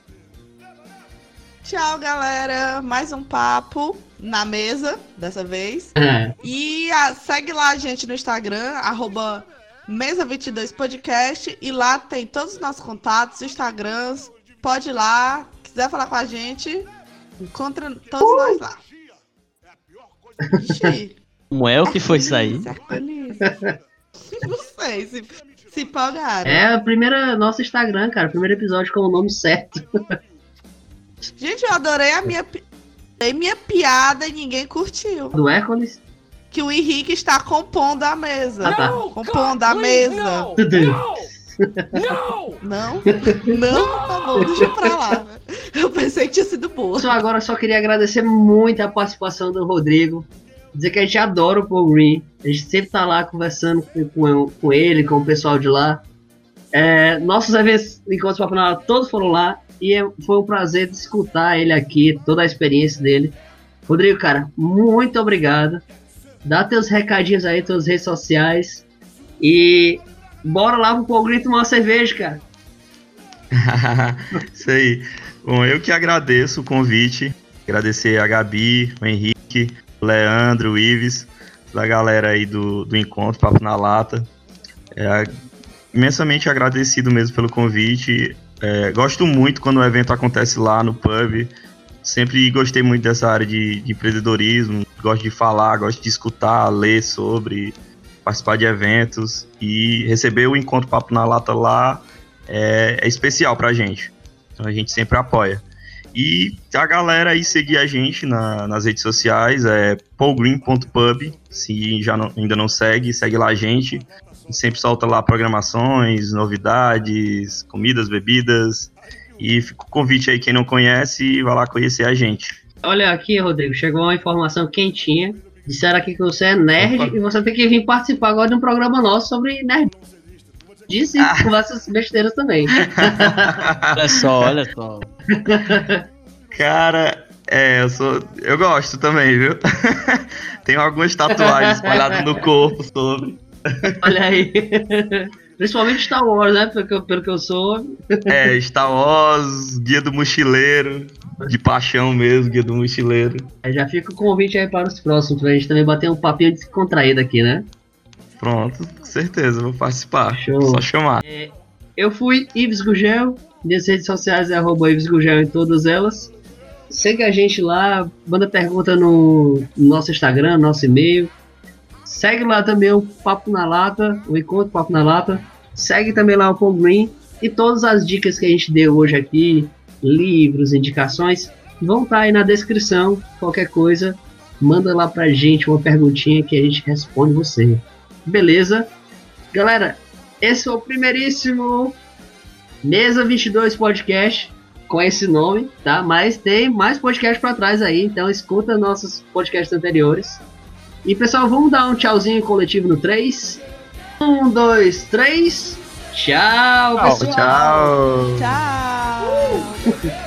Tchau, galera. Mais um papo na mesa, dessa vez. É. E a- segue lá a gente no Instagram, arroba mesa vinte e dois podcast. E lá tem todos os nossos contatos, Instagrams. Pode ir lá. Quiser falar com a gente, encontra todos nós lá. Ixi, Como é o que foi isso aí? Hercules, Hercules. Não sei, se, se empolgaram. É a primeira, nosso Instagram, cara. Primeiro episódio com o nome certo. Gente, eu adorei a minha, pi- adorei minha piada e ninguém curtiu. Do Hércules. Que o Henrique está compondo a mesa. Ah, tá. Compondo a mesa. Tudo. Não? Não? Tá bom, deixa pra lá. Eu pensei que tinha sido boa. Só agora só queria agradecer muito a participação do Rodrigo. Dizer que a gente adora o Paul Green. A gente sempre tá lá conversando com, com, com ele, com o pessoal de lá. É, nossos eventos, encontros Papo na Lata, todos foram lá. E é- foi um prazer de escutar ele aqui, toda a experiência dele. Rodrigo, cara, muito obrigado. Dá teus recadinhos aí, tuas redes sociais. E bora lá pro Paul Green tomar uma cerveja, cara. Isso aí. Bom, eu que agradeço o convite. Agradecer a Gabi, o Henrique, o Leandro, o Ives, da galera aí do, do Encontro Papo na Lata. É, imensamente agradecido mesmo pelo convite. É, gosto muito quando o evento acontece lá no pub. Sempre gostei muito dessa área de, de empreendedorismo. Gosto de falar, gosto de escutar, ler sobre, participar de eventos. E receber o Encontro Papo na Lata lá é, é especial pra gente. Então a gente sempre apoia. E a galera aí seguir a gente na- nas redes sociais, é paulgreen ponto pub. Se já não- ainda não segue, segue lá a gente. A gente sempre solta lá programações, novidades, comidas, bebidas. E fica o convite aí, quem não conhece, vai lá conhecer a gente. Olha aqui, Rodrigo, chegou uma informação quentinha. Disseram aqui que você é nerd Opa. e você tem que vir participar agora de um programa nosso sobre nerd. Disse Ah. com essas besteiras também. Olha só, olha só. Cara, é, eu sou. Eu gosto também, viu? Tenho algumas tatuagens espalhadas no corpo sobre. Olha aí. Principalmente Star Wars, né? Pelo que eu, pelo que eu sou. É, Star Wars, Guia do Mochileiro, de paixão mesmo, Guia do Mochileiro. Aí já fica o convite aí para os próximos, pra gente também bater um papinho descontraído aqui, né? Pronto, com certeza, vou participar. Show. Só chamar. Eu fui Ives Gugel, minhas redes sociais é arroba Ives Gugel em todas elas. Segue a gente lá, manda pergunta no nosso Instagram, nosso e-mail. Segue lá também o Papo na Lata, o Encontro Papo na Lata. Segue também lá o Paul Green. E todas as dicas que a gente deu hoje aqui, livros, indicações, vão estar aí na descrição. Qualquer coisa, manda lá pra gente uma perguntinha que a gente responde você. Beleza? Galera, esse foi o primeiríssimo Mesa vinte e dois Podcast com esse nome, tá? Mas tem mais podcast pra trás aí, então escuta nossos podcasts anteriores. E pessoal, vamos dar um tchauzinho coletivo no três. Um, dois, três. Tchau, pessoal. Tchau. Tchau!